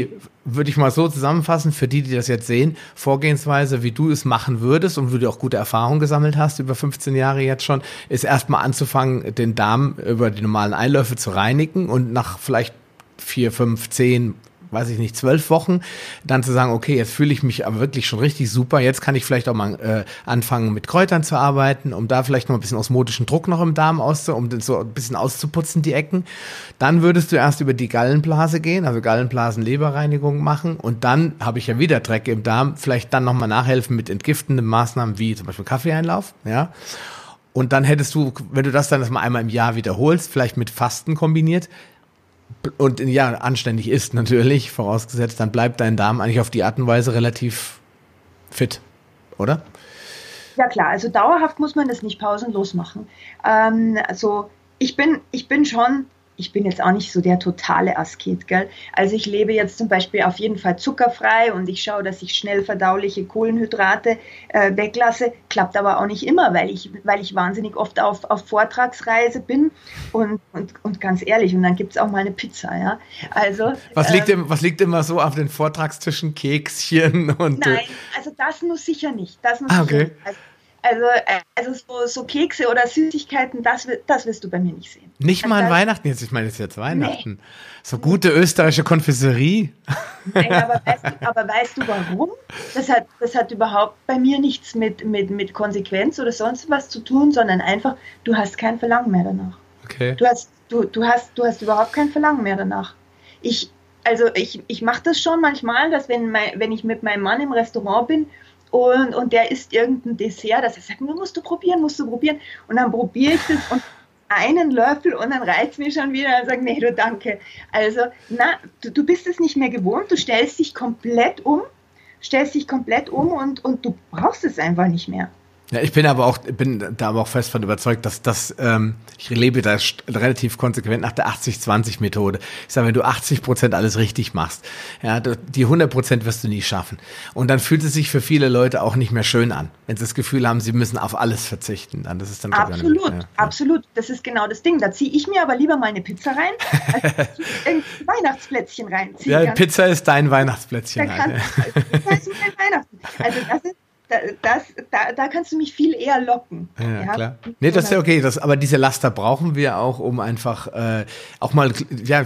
würde ich mal so zusammenfassen, für die das jetzt sehen, Vorgehensweise, wie du es machen würdest und wie du auch gute Erfahrungen gesammelt hast, über 15 Jahre jetzt schon, ist erstmal anzufangen, den Darm über die normalen Einläufe zu reinigen und nach vielleicht 4, 5, 10, weiß ich nicht, 12 Wochen, dann zu sagen, okay, jetzt fühle ich mich aber wirklich schon richtig super, jetzt kann ich vielleicht auch mal anfangen mit Kräutern zu arbeiten, um da vielleicht noch ein bisschen osmotischen Druck noch im Darm um den so ein bisschen auszuputzen, die Ecken. Dann würdest du erst über die Gallenblase gehen, also Gallenblasen-Leberreinigung machen und dann habe ich ja wieder Dreck im Darm, vielleicht dann nochmal nachhelfen mit entgiftenden Maßnahmen wie zum Beispiel Kaffeeeinlauf, ja. Und dann hättest du, wenn du das dann erstmal einmal im Jahr wiederholst, vielleicht mit Fasten kombiniert, und ja, anständig ist natürlich, vorausgesetzt, dann bleibt dein Darm eigentlich auf die Art und Weise relativ fit, oder? Ja klar, also dauerhaft muss man das nicht pausenlos machen. Also ich bin jetzt auch nicht so der totale Asket, gell? Also ich lebe jetzt zum Beispiel auf jeden Fall zuckerfrei und ich schaue, dass ich schnell verdauliche Kohlenhydrate weglasse. Klappt aber auch nicht immer, weil ich wahnsinnig oft auf Vortragsreise bin und ganz ehrlich, und dann gibt es auch mal eine Pizza, ja. Also was liegt immer so auf den Vortragstischen? Kekschen und nein, also das nur sicher nicht. Okay. Also so Kekse oder Süßigkeiten, das wirst du bei mir nicht sehen. Nicht mal an Weihnachten jetzt, ich meine, es ist jetzt Weihnachten. Nee. So gute österreichische Konfiserie. Nein, aber weißt du warum? Das hat überhaupt bei mir nichts mit Konsequenz oder sonst was zu tun, sondern einfach, du hast kein Verlangen mehr danach. Okay. Du hast überhaupt kein Verlangen mehr danach. Ich mache das schon manchmal, dass wenn ich mit meinem Mann im Restaurant bin, und der isst irgendein Dessert, dass er sagt, musst du probieren. Und dann probiere ich das und einen Löffel und dann reizt mir schon wieder und sagt, nee, du danke. Also, du bist es nicht mehr gewohnt, du stellst dich komplett um und du brauchst es einfach nicht mehr. Ja, ich bin da aber auch fest von überzeugt, dass ich lebe da relativ konsequent nach der 80-20-Methode. Ich sage, wenn du 80% alles richtig machst, ja, die 100% wirst du nie schaffen. Und dann fühlt es sich für viele Leute auch nicht mehr schön an, wenn sie das Gefühl haben, sie müssen auf alles verzichten. Das ist dann absolut. Das ist genau das Ding. Da ziehe ich mir aber lieber mal eine Pizza rein, als ein Weihnachtsplätzchen reinziehen. Ja, Pizza ist dein Weihnachtsplätzchen. Pizza ist mein Weihnachten. Also das ist da kannst du mich viel eher locken. Ja, klar. Nee, das ist ja okay. Aber diese Laster brauchen wir auch, um einfach auch mal, ja,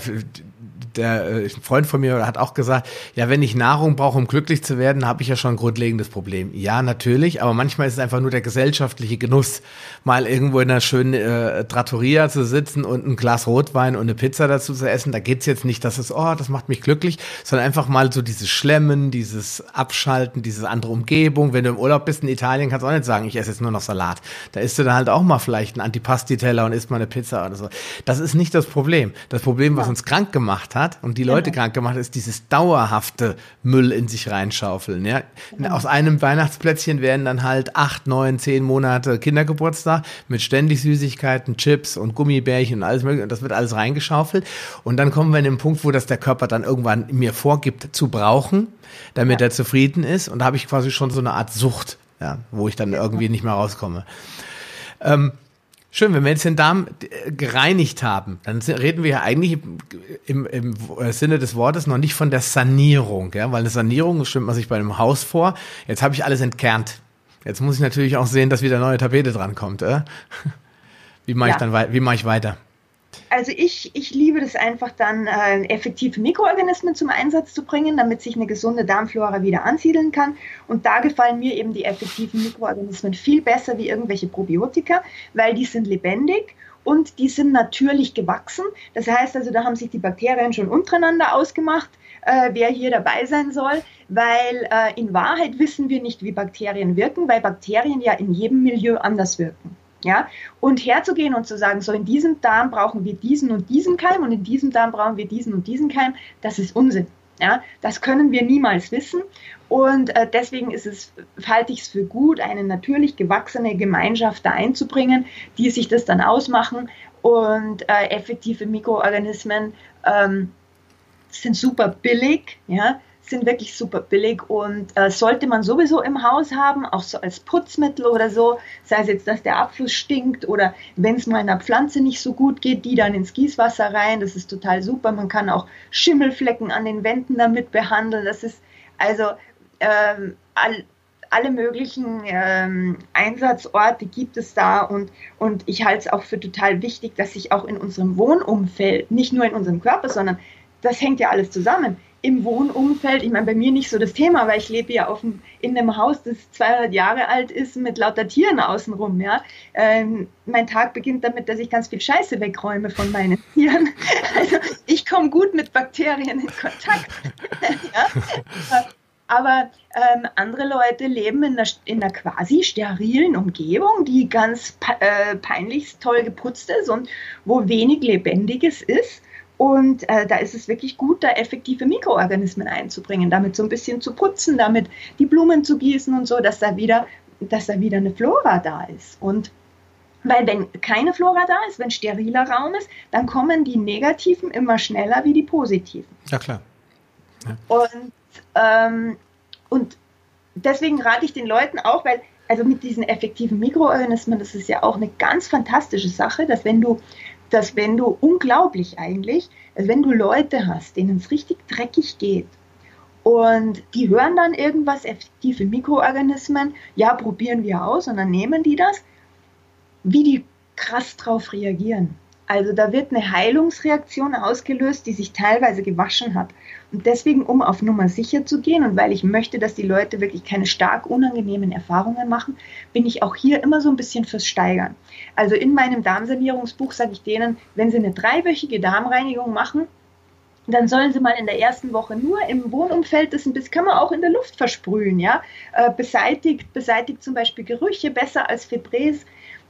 der Freund von mir hat auch gesagt, ja, wenn ich Nahrung brauche, um glücklich zu werden, habe ich ja schon ein grundlegendes Problem. Ja, natürlich, aber manchmal ist es einfach nur der gesellschaftliche Genuss, mal irgendwo in einer schönen Trattoria zu sitzen und ein Glas Rotwein und eine Pizza dazu zu essen. Da geht's jetzt nicht, dass es, das macht mich glücklich, sondern einfach mal so dieses Schlemmen, dieses Abschalten, diese andere Umgebung. Wenn du im Urlaub bist in Italien, kannst du auch nicht sagen, ich esse jetzt nur noch Salat. Da isst du dann halt auch mal vielleicht einen Antipasti-Teller und isst mal eine Pizza oder so. Das ist nicht das Problem. Das Problem, was uns krank gemacht hat, und die Leute krank gemacht, ist dieses dauerhafte Müll in sich reinschaufeln. Ja? Aus einem Weihnachtsplätzchen werden dann halt 8, 9, 10 Monate Kindergeburtstag mit ständig Süßigkeiten, Chips und Gummibärchen und alles mögliche. Und das wird alles reingeschaufelt. Und dann kommen wir in den Punkt, wo das der Körper dann irgendwann mir vorgibt zu brauchen, damit er zufrieden ist. Und da habe ich quasi schon so eine Art Sucht, ja, wo ich dann irgendwie nicht mehr rauskomme. Schön, wenn wir jetzt den Darm gereinigt haben, dann reden wir ja eigentlich im Sinne des Wortes noch nicht von der Sanierung, ja, weil eine Sanierung stellt man sich bei einem Haus vor. Jetzt habe ich alles entkernt. Jetzt muss ich natürlich auch sehen, dass wieder neue Tapete drankommt. Wie mache ich weiter? Also ich liebe das einfach dann, effektive Mikroorganismen zum Einsatz zu bringen, damit sich eine gesunde Darmflora wieder ansiedeln kann. Und da gefallen mir eben die effektiven Mikroorganismen viel besser wie irgendwelche Probiotika, weil die sind lebendig und die sind natürlich gewachsen. Das heißt also, da haben sich die Bakterien schon untereinander ausgemacht, wer hier dabei sein soll, weil in Wahrheit wissen wir nicht, wie Bakterien wirken, weil Bakterien ja in jedem Milieu anders wirken. Ja, und herzugehen und zu sagen, so in diesem Darm brauchen wir diesen und diesen Keim und in diesem Darm brauchen wir diesen und diesen Keim, das ist Unsinn. Ja, das können wir niemals wissen und deswegen halte ich es für gut, eine natürlich gewachsene Gemeinschaft da einzubringen, die sich das dann ausmachen und effektive Mikroorganismen sind super billig, ja, sind wirklich super billig und sollte man sowieso im Haus haben, auch so als Putzmittel oder so, sei es jetzt, dass der Abfluss stinkt oder wenn es mal einer Pflanze nicht so gut geht, die dann ins Gießwasser rein, das ist total super. Man kann auch Schimmelflecken an den Wänden damit behandeln. Das ist also alle möglichen Einsatzorte gibt es da und ich halte es auch für total wichtig, dass sich auch in unserem Wohnumfeld, nicht nur in unserem Körper, sondern das hängt ja alles zusammen. Im Wohnumfeld, ich meine, bei mir nicht so das Thema, weil ich lebe ja in einem Haus, das 200 Jahre alt ist, mit lauter Tieren außenrum. Ja? Mein Tag beginnt damit, dass ich ganz viel Scheiße wegräume von meinen Tieren. Also ich komme gut mit Bakterien in Kontakt. Ja? Aber andere Leute leben in einer quasi sterilen Umgebung, die ganz peinlichst toll geputzt ist und wo wenig Lebendiges ist. Und da ist es wirklich gut, da effektive Mikroorganismen einzubringen, damit so ein bisschen zu putzen, damit die Blumen zu gießen und so, dass da wieder eine Flora da ist. Und weil wenn keine Flora da ist, wenn steriler Raum ist, dann kommen die Negativen immer schneller wie die Positiven. Ja, klar. Ja. Und deswegen rate ich den Leuten auch, weil also mit diesen effektiven Mikroorganismen, das ist ja auch eine ganz fantastische Sache, dass wenn du unglaublich eigentlich, also wenn du Leute hast, denen es richtig dreckig geht und die hören dann irgendwas, effektive Mikroorganismen, ja, probieren wir aus und dann nehmen die das, wie die krass drauf reagieren. Also da wird eine Heilungsreaktion ausgelöst, die sich teilweise gewaschen hat. Und deswegen, um auf Nummer sicher zu gehen und weil ich möchte, dass die Leute wirklich keine stark unangenehmen Erfahrungen machen, bin ich auch hier immer so ein bisschen fürs Steigern. Also in meinem Darmsanierungsbuch sage ich denen, wenn sie eine 3-wöchige Darmreinigung machen, dann sollen sie mal in der ersten Woche nur im Wohnumfeld, das kann man auch in der Luft versprühen, ja, beseitigt zum Beispiel Gerüche besser als Febreze.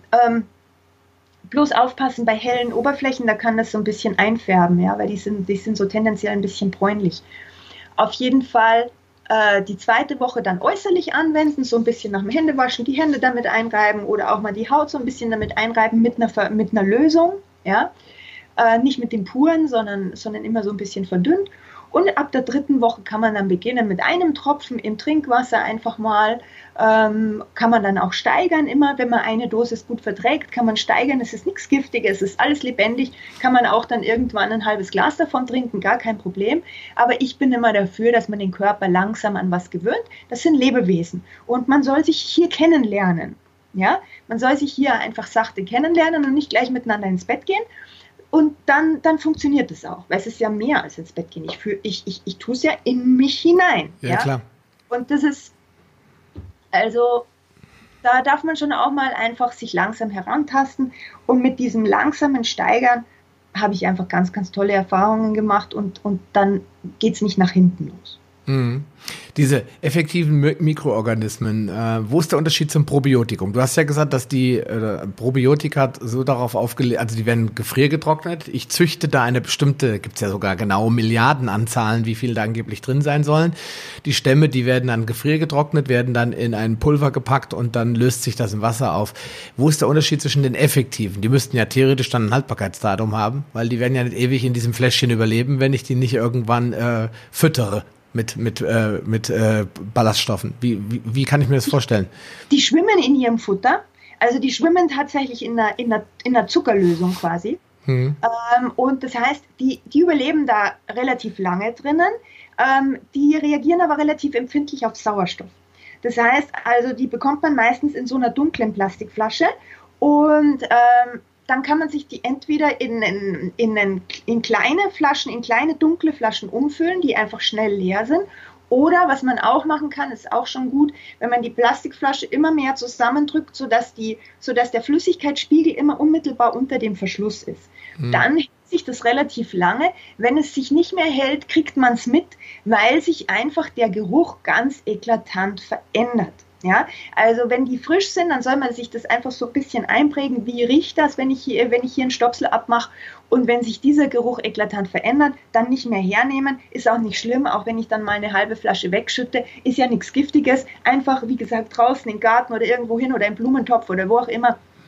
Bloß aufpassen bei hellen Oberflächen, da kann das so ein bisschen einfärben, ja, weil die sind so tendenziell ein bisschen bräunlich. Auf jeden Fall die 2. Woche dann äußerlich anwenden, so ein bisschen nach dem Händewaschen die Hände damit einreiben oder auch mal die Haut so ein bisschen damit einreiben mit einer Lösung, ja, nicht mit dem puren, sondern immer so ein bisschen verdünnt. Und ab der 3. Woche kann man dann beginnen mit einem Tropfen im Trinkwasser einfach mal, kann man dann auch steigern, immer wenn man eine Dosis gut verträgt, kann man steigern, es ist nichts Giftiges, es ist alles lebendig, kann man auch dann irgendwann ein halbes Glas davon trinken, gar kein Problem, aber ich bin immer dafür, dass man den Körper langsam an was gewöhnt, das sind Lebewesen und man soll sich hier kennenlernen, ja, man soll sich hier einfach sachte kennenlernen und nicht gleich miteinander ins Bett gehen. Und dann funktioniert es auch, weil es ist ja mehr als ins Bett gehen. Ich tue es ja in mich hinein. Ja, klar. Und das ist, also da darf man schon auch mal einfach sich langsam herantasten. Und mit diesem langsamen Steigern habe ich einfach ganz, ganz tolle Erfahrungen gemacht und dann geht es nicht nach hinten los. Mhm. Diese effektiven Mikroorganismen, wo ist der Unterschied zum Probiotikum? Du hast ja gesagt, dass die Probiotika so darauf aufgelegt, also die werden gefriergetrocknet. Ich züchte da eine bestimmte, gibt's ja sogar genau Milliardenanzahlen, wie viel da angeblich drin sein sollen. Die Stämme, die werden dann gefriergetrocknet, werden dann in ein Pulver gepackt und dann löst sich das im Wasser auf. Wo ist der Unterschied zwischen den effektiven? Die müssten ja theoretisch dann ein Haltbarkeitsdatum haben, weil die werden ja nicht ewig in diesem Fläschchen überleben, wenn ich die nicht irgendwann füttere. Mit Ballaststoffen. Wie kann ich mir das vorstellen? Die schwimmen in ihrem Futter. Also die schwimmen tatsächlich in einer Zuckerlösung quasi. Und das heißt, die überleben da relativ lange drinnen. Die reagieren aber relativ empfindlich auf Sauerstoff. Das heißt, also die bekommt man meistens in so einer dunklen Plastikflasche und dann kann man sich die entweder in kleine Flaschen, in kleine dunkle Flaschen umfüllen, die einfach schnell leer sind. Oder was man auch machen kann, ist auch schon gut, wenn man die Plastikflasche immer mehr zusammendrückt, sodass der Flüssigkeitsspiegel immer unmittelbar unter dem Verschluss ist. Dann hält sich das relativ lange. Wenn es sich nicht mehr hält, kriegt man es mit, weil sich einfach der Geruch ganz eklatant verändert. Ja, also wenn die frisch sind, dann soll man sich das einfach so ein bisschen einprägen, wie riecht das, wenn ich hier einen Stopsel abmache und wenn sich dieser Geruch eklatant verändert, dann nicht mehr hernehmen, ist auch nicht schlimm, auch wenn ich dann mal eine halbe Flasche wegschütte, ist ja nichts Giftiges, einfach wie gesagt draußen im Garten oder irgendwo hin oder im Blumentopf oder wo auch immer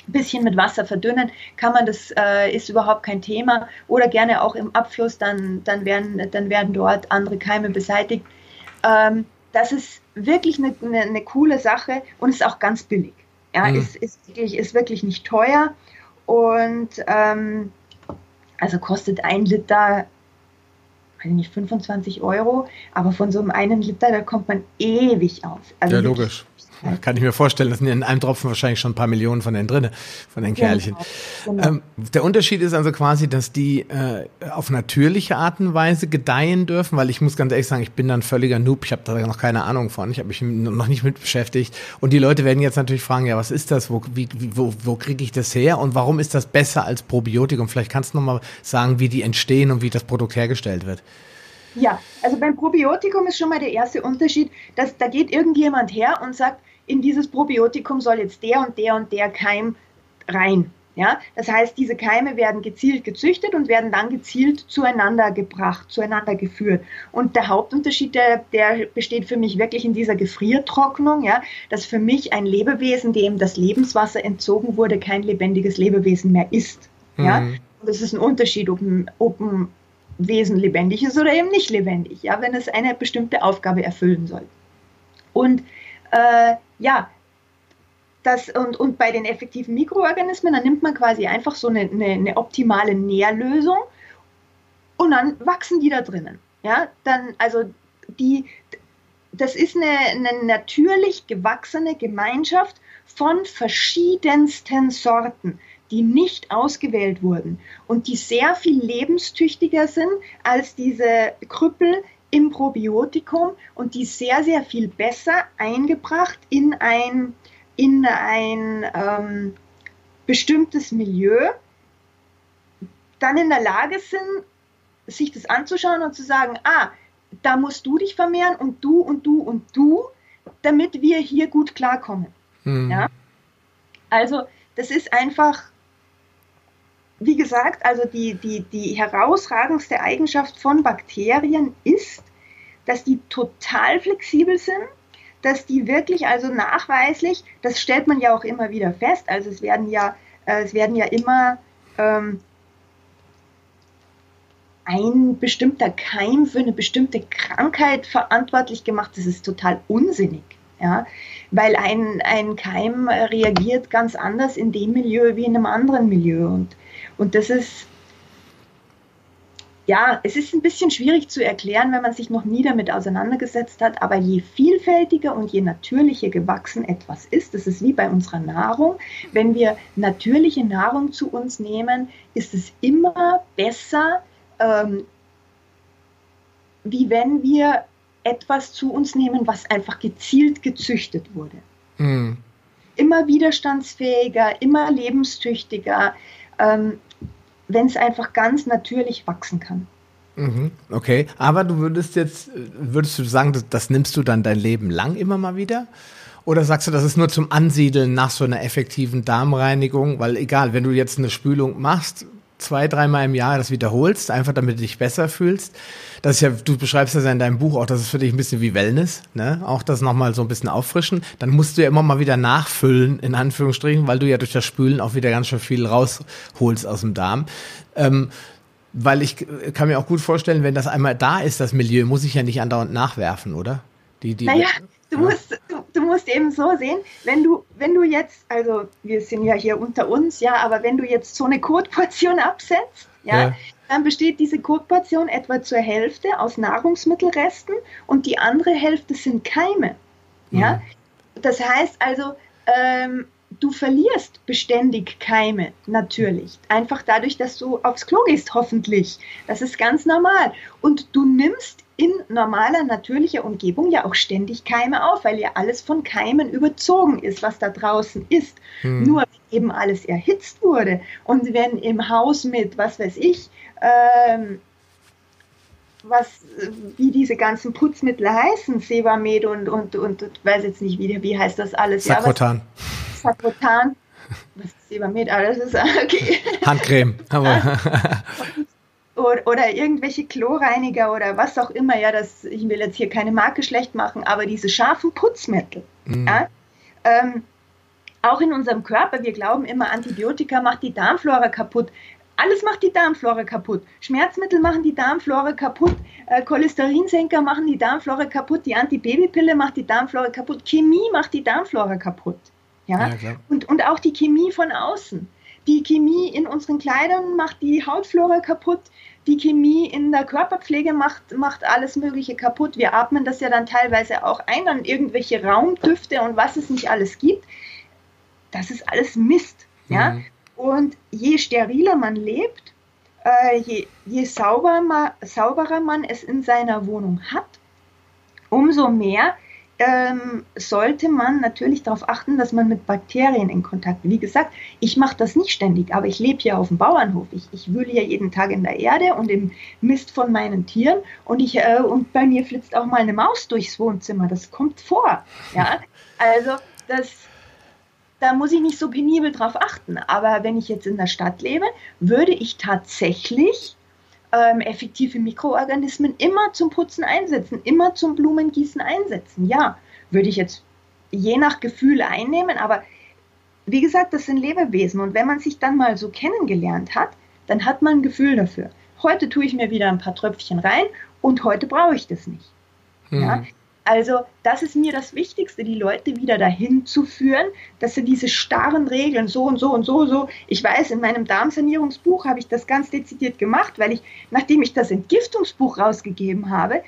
ein bisschen mit Wasser verdünnen, kann man das, ist überhaupt kein Thema. Oder gerne auch im Abfluss, dann werden dort andere Keime beseitigt. Das ist wirklich eine coole Sache und ist auch ganz billig. Ja, ist wirklich nicht teuer und also kostet 1 Liter, weiß nicht, 25 €, aber von so einem 1 Liter, da kommt man ewig aus. Also ja, logisch. Kann ich mir vorstellen, das sind in einem Tropfen wahrscheinlich schon ein paar Millionen von denen drin, von den Kerlchen. Genau. Der Unterschied ist also quasi, dass die auf natürliche Art und Weise gedeihen dürfen, weil ich muss ganz ehrlich sagen, ich bin dann völliger Noob, ich habe da noch keine Ahnung von, ich habe mich noch nicht mit beschäftigt und die Leute werden jetzt natürlich fragen, ja, was ist das, wo kriege ich das her und warum ist das besser als Probiotikum? Vielleicht kannst du noch mal sagen, wie die entstehen und wie das Produkt hergestellt wird. Ja, also beim Probiotikum ist schon mal der erste Unterschied, dass da geht irgendjemand her und sagt, in dieses Probiotikum soll jetzt der und der und der Keim rein. Ja? Das heißt, diese Keime werden gezielt gezüchtet und werden dann gezielt zueinander gebracht, zueinander geführt. Und der Hauptunterschied, der besteht für mich wirklich in dieser Gefriertrocknung, ja? Dass für mich ein Lebewesen, dem das Lebenswasser entzogen wurde, kein lebendiges Lebewesen mehr ist. Ja? Und das ist ein Unterschied, ob ein Wesen lebendig ist oder eben nicht lebendig, ja, wenn es eine bestimmte Aufgabe erfüllen soll. Und und bei den effektiven Mikroorganismen, dann nimmt man quasi einfach so eine optimale Nährlösung und dann wachsen die da drinnen. Ja, das ist eine natürlich gewachsene Gemeinschaft von verschiedensten Sorten, die nicht ausgewählt wurden und die sehr viel lebenstüchtiger sind als diese Krüppel im Probiotikum und die sehr, sehr viel besser eingebracht in ein bestimmtes Milieu dann in der Lage sind, sich das anzuschauen und zu sagen, da musst du dich vermehren und du und du und du, damit wir hier gut klarkommen. Ja? Also das ist einfach, wie gesagt, also die herausragendste Eigenschaft von Bakterien ist, dass die total flexibel sind, dass die wirklich, also nachweislich, das stellt man ja auch immer wieder fest, also es werden ja immer ein bestimmter Keim für eine bestimmte Krankheit verantwortlich gemacht. Das ist total unsinnig. Ja, weil ein Keim reagiert ganz anders in dem Milieu wie in einem anderen Milieu. Und das ist, ja, es ist ein bisschen schwierig zu erklären, wenn man sich noch nie damit auseinandergesetzt hat, aber je vielfältiger und je natürlicher gewachsen etwas ist, das ist wie bei unserer Nahrung, wenn wir natürliche Nahrung zu uns nehmen, ist es immer besser, wie wenn wir etwas zu uns nehmen, was einfach gezielt gezüchtet wurde. Immer widerstandsfähiger, immer lebenstüchtiger, wenn es einfach ganz natürlich wachsen kann. Okay, aber würdest du sagen, das nimmst du dann dein Leben lang immer mal wieder? Oder sagst du, das ist nur zum Ansiedeln nach so einer effektiven Darmreinigung? Weil egal, wenn du jetzt eine Spülung machst, 2-3 Mal im Jahr das wiederholst, einfach damit du dich besser fühlst. Das ist ja, du beschreibst das ja in deinem Buch auch, das ist für dich ein bisschen wie Wellness, ne? Auch das nochmal so ein bisschen auffrischen. Dann musst du ja immer mal wieder nachfüllen, in Anführungsstrichen, weil du ja durch das Spülen auch wieder ganz schön viel rausholst aus dem Darm. Weil ich kann mir auch gut vorstellen, wenn das einmal da ist, das Milieu, muss ich ja nicht andauernd nachwerfen, oder? Du musst eben so sehen, wenn du jetzt, also wir sind ja hier unter uns, ja, aber wenn du jetzt so eine Kotportion absetzt, ja, dann besteht diese Kotportion etwa zur Hälfte aus Nahrungsmittelresten und die andere Hälfte sind Keime. Ja? Das heißt also, du verlierst beständig Keime, natürlich. Einfach dadurch, dass du aufs Klo gehst, hoffentlich. Das ist ganz normal. Und du nimmst in normaler, natürlicher Umgebung ja auch ständig Keime auf, weil ja alles von Keimen überzogen ist, was da draußen ist. Nur wenn eben alles erhitzt wurde und wenn im Haus mit, was weiß ich, wie diese ganzen Putzmittel heißen, Sebamed und weiß jetzt nicht, wie heißt das alles? Sakrotan. Ja, Sakrotan. Was ist Sebamed? Das ist okay. Handcreme. Oder irgendwelche Kloreiniger oder was auch immer. Ja, ich will jetzt hier keine Marke schlecht machen, aber diese scharfen Putzmittel, ja, Auch in unserem Körper, wir glauben immer, Antibiotika macht die Darmflora kaputt. Alles macht die Darmflora kaputt. Schmerzmittel machen die Darmflora kaputt. Cholesterinsenker machen die Darmflora kaputt. Die Antibabypille macht die Darmflora kaputt. Chemie macht die Darmflora kaputt. Ja? Und auch die Chemie von außen. Die Chemie in unseren Kleidern macht die Hautflora kaputt. Die Chemie in der Körperpflege macht alles Mögliche kaputt. Wir atmen das ja dann teilweise auch ein, dann irgendwelche Raumdüfte und was es nicht alles gibt. Das ist alles Mist. Ja? Mhm. Und je steriler man lebt, je sauberer man es in seiner Wohnung hat, umso mehr sollte man natürlich darauf achten, dass man mit Bakterien in Kontakt ist. Wie gesagt, ich mache das nicht ständig, aber ich lebe hier auf dem Bauernhof. Ich wühle ja jeden Tag in der Erde und im Mist von meinen Tieren und bei mir flitzt auch mal eine Maus durchs Wohnzimmer. Das kommt vor. Ja? Also da muss ich nicht so penibel drauf achten. Aber wenn ich jetzt in der Stadt lebe, würde ich tatsächlich effektive Mikroorganismen immer zum Putzen einsetzen, immer zum Blumengießen einsetzen. Ja, würde ich jetzt je nach Gefühl einnehmen, aber wie gesagt, das sind Lebewesen und wenn man sich dann mal so kennengelernt hat, dann hat man ein Gefühl dafür. Heute tue ich mir wieder ein paar Tröpfchen rein und heute brauche ich das nicht. Ja? Also das ist mir das Wichtigste, die Leute wieder dahin zu führen, dass sie diese starren Regeln so und so und so. Ich weiß, in meinem Darmsanierungsbuch habe ich das ganz dezidiert gemacht, weil ich, nachdem ich das Entgiftungsbuch rausgegeben habe,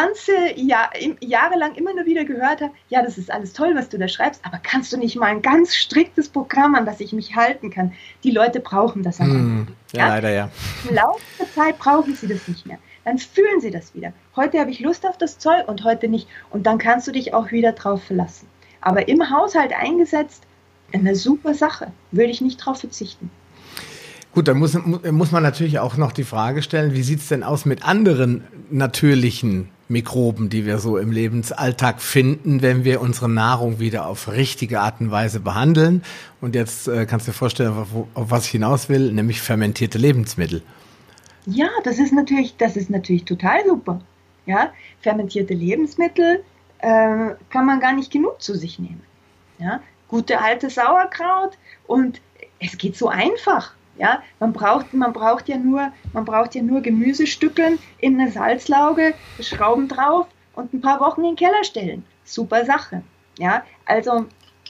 jahrelang immer nur wieder gehört habe, ja, das ist alles toll, was du da schreibst, aber kannst du nicht mal ein ganz striktes Programm, an das ich mich halten kann? Die Leute brauchen das einfach. Ja, leider ja. Im Laufe der Zeit brauchen sie das nicht mehr. Dann fühlen sie das wieder. Heute habe ich Lust auf das Zeug und heute nicht. Und dann kannst du dich auch wieder drauf verlassen. Aber im Haushalt eingesetzt, eine super Sache. Würde ich nicht drauf verzichten. Gut, dann muss man natürlich auch noch die Frage stellen, wie sieht es denn aus mit anderen natürlichen Mikroben, die wir so im Lebensalltag finden, wenn wir unsere Nahrung wieder auf richtige Art und Weise behandeln. Und jetzt kannst du dir vorstellen, auf was ich hinaus will, nämlich fermentierte Lebensmittel. Ja, das ist natürlich total super. Ja, fermentierte Lebensmittel kann man gar nicht genug zu sich nehmen. Ja, gute alte Sauerkraut und es geht so einfach. Ja, man braucht ja nur Gemüsestückeln in eine Salzlauge, Schrauben drauf und ein paar Wochen in den Keller stellen. Super Sache. Ja, also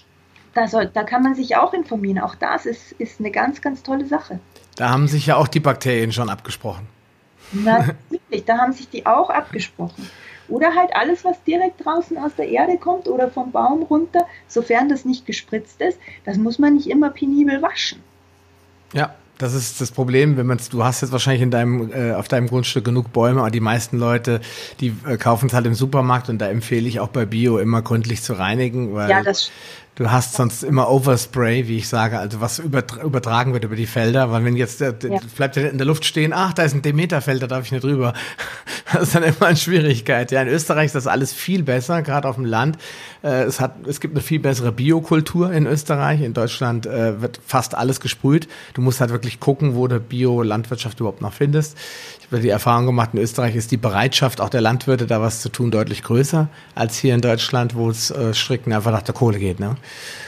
da kann man sich auch informieren. Auch das ist eine ganz, ganz tolle Sache. Da haben sich ja auch die Bakterien schon abgesprochen. Natürlich, da haben sich die auch abgesprochen. Oder halt alles, was direkt draußen aus der Erde kommt oder vom Baum runter, sofern das nicht gespritzt ist, das muss man nicht immer penibel waschen. Ja, das ist das Problem, du hast jetzt wahrscheinlich auf deinem Grundstück genug Bäume, aber die meisten Leute, die kaufen es halt im Supermarkt und da empfehle ich auch bei Bio immer gründlich zu reinigen, weil ja, du hast sonst immer Overspray, wie ich sage, also was übertragen wird über die Felder, weil wenn jetzt bleibt der in der Luft stehen, ach, da ist ein Demeterfeld, da darf ich nicht drüber. Das ist dann immer eine Schwierigkeit. Ja, in Österreich ist das alles viel besser, gerade auf dem Land. Es gibt eine viel bessere Biokultur in Österreich. In Deutschland wird fast alles gesprüht. Du musst halt wirklich gucken, wo du Bio-Landwirtschaft überhaupt noch findest. Ich habe die Erfahrung gemacht, in Österreich ist die Bereitschaft auch der Landwirte, da was zu tun, deutlich größer als hier in Deutschland, wo es strikt einfach nach der Kohle geht, ne?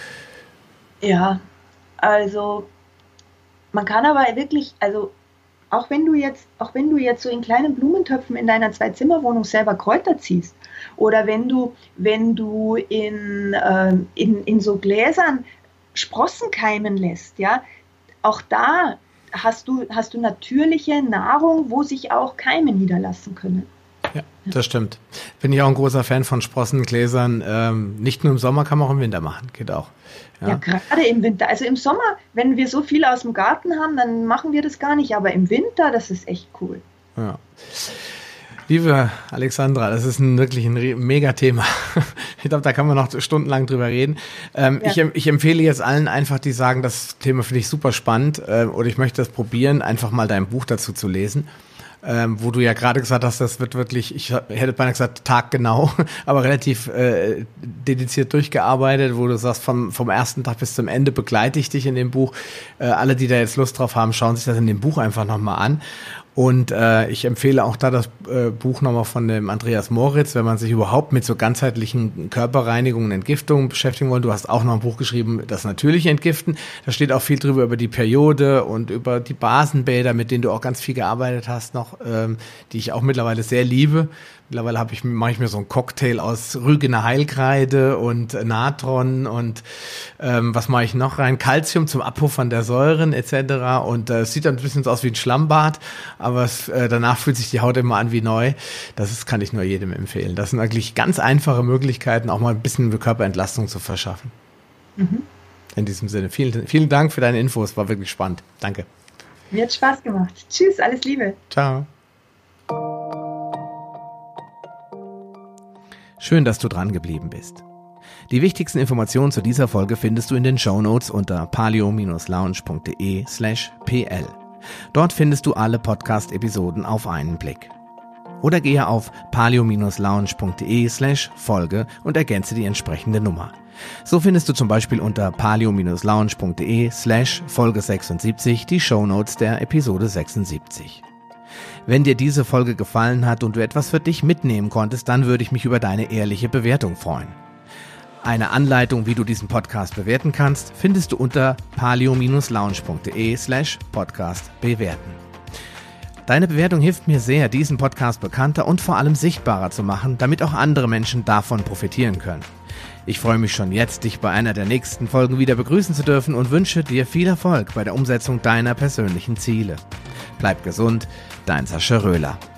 Ja, also man kann aber wirklich, also auch wenn du jetzt so in kleinen Blumentöpfen in deiner Zwei-Zimmer-Wohnung selber Kräuter ziehst oder wenn du in so Gläsern Sprossen keimen lässt, ja, auch da hast du natürliche Nahrung, wo sich auch Keime niederlassen können. Ja, das stimmt. Bin ich auch ein großer Fan von Sprossengläsern. Nicht nur im Sommer, kann man auch im Winter machen. Geht auch. Ja, gerade im Winter. Also im Sommer, wenn wir so viel aus dem Garten haben, dann machen wir das gar nicht. Aber im Winter, das ist echt cool. Ja. Liebe Alexandra, das ist wirklich ein Mega-Thema. Ich glaube, da kann man noch stundenlang drüber reden. Ich empfehle jetzt allen einfach, die sagen, das Thema finde ich super spannend oder ich möchte das probieren, einfach mal dein Buch dazu zu lesen. Wo du ja gerade gesagt hast, das wird wirklich, ich hätte beinahe gesagt, taggenau, aber relativ dediziert durchgearbeitet, wo du sagst, vom ersten Tag bis zum Ende begleite ich dich in dem Buch. Alle, die da jetzt Lust drauf haben, schauen sich das in dem Buch einfach nochmal an. Und ich empfehle auch da das Buch nochmal von dem Andreas Moritz, wenn man sich überhaupt mit so ganzheitlichen Körperreinigungen, Entgiftungen beschäftigen will. Du hast auch noch ein Buch geschrieben, das natürliche Entgiften. Da steht auch viel drüber über die Periode und über die Basenbäder, mit denen du auch ganz viel gearbeitet hast noch, die ich auch mittlerweile sehr liebe. Mittlerweile mache ich mir so einen Cocktail aus Rügener Heilkreide und Natron und was mache ich noch rein? Calcium zum Abpuffern der Säuren etc. Und es sieht dann ein bisschen so aus wie ein Schlammbad, aber danach fühlt sich die Haut immer an wie neu. Kann ich nur jedem empfehlen. Das sind eigentlich ganz einfache Möglichkeiten, auch mal ein bisschen Körperentlastung zu verschaffen. Mhm. In diesem Sinne, vielen, vielen Dank für deine Infos, war wirklich spannend. Danke. Mir hat Spaß gemacht. Tschüss, alles Liebe. Ciao. Schön, dass du dran geblieben bist. Die wichtigsten Informationen zu dieser Folge findest du in den Shownotes unter paleo-lounge.de/pl. Dort findest du alle Podcast-Episoden auf einen Blick. Oder gehe auf paleo-lounge.de/Folge und ergänze die entsprechende Nummer. So findest du zum Beispiel unter paleo-lounge.de/Folge 76 die Shownotes der Episode 76. Wenn dir diese Folge gefallen hat und du etwas für dich mitnehmen konntest, dann würde ich mich über deine ehrliche Bewertung freuen. Eine Anleitung, wie du diesen Podcast bewerten kannst, findest du unter paleo-lounge.de/Podcast bewerten. Deine Bewertung hilft mir sehr, diesen Podcast bekannter und vor allem sichtbarer zu machen, damit auch andere Menschen davon profitieren können. Ich freue mich schon jetzt, dich bei einer der nächsten Folgen wieder begrüßen zu dürfen und wünsche dir viel Erfolg bei der Umsetzung deiner persönlichen Ziele. Bleib gesund, dein Sascha Röhler.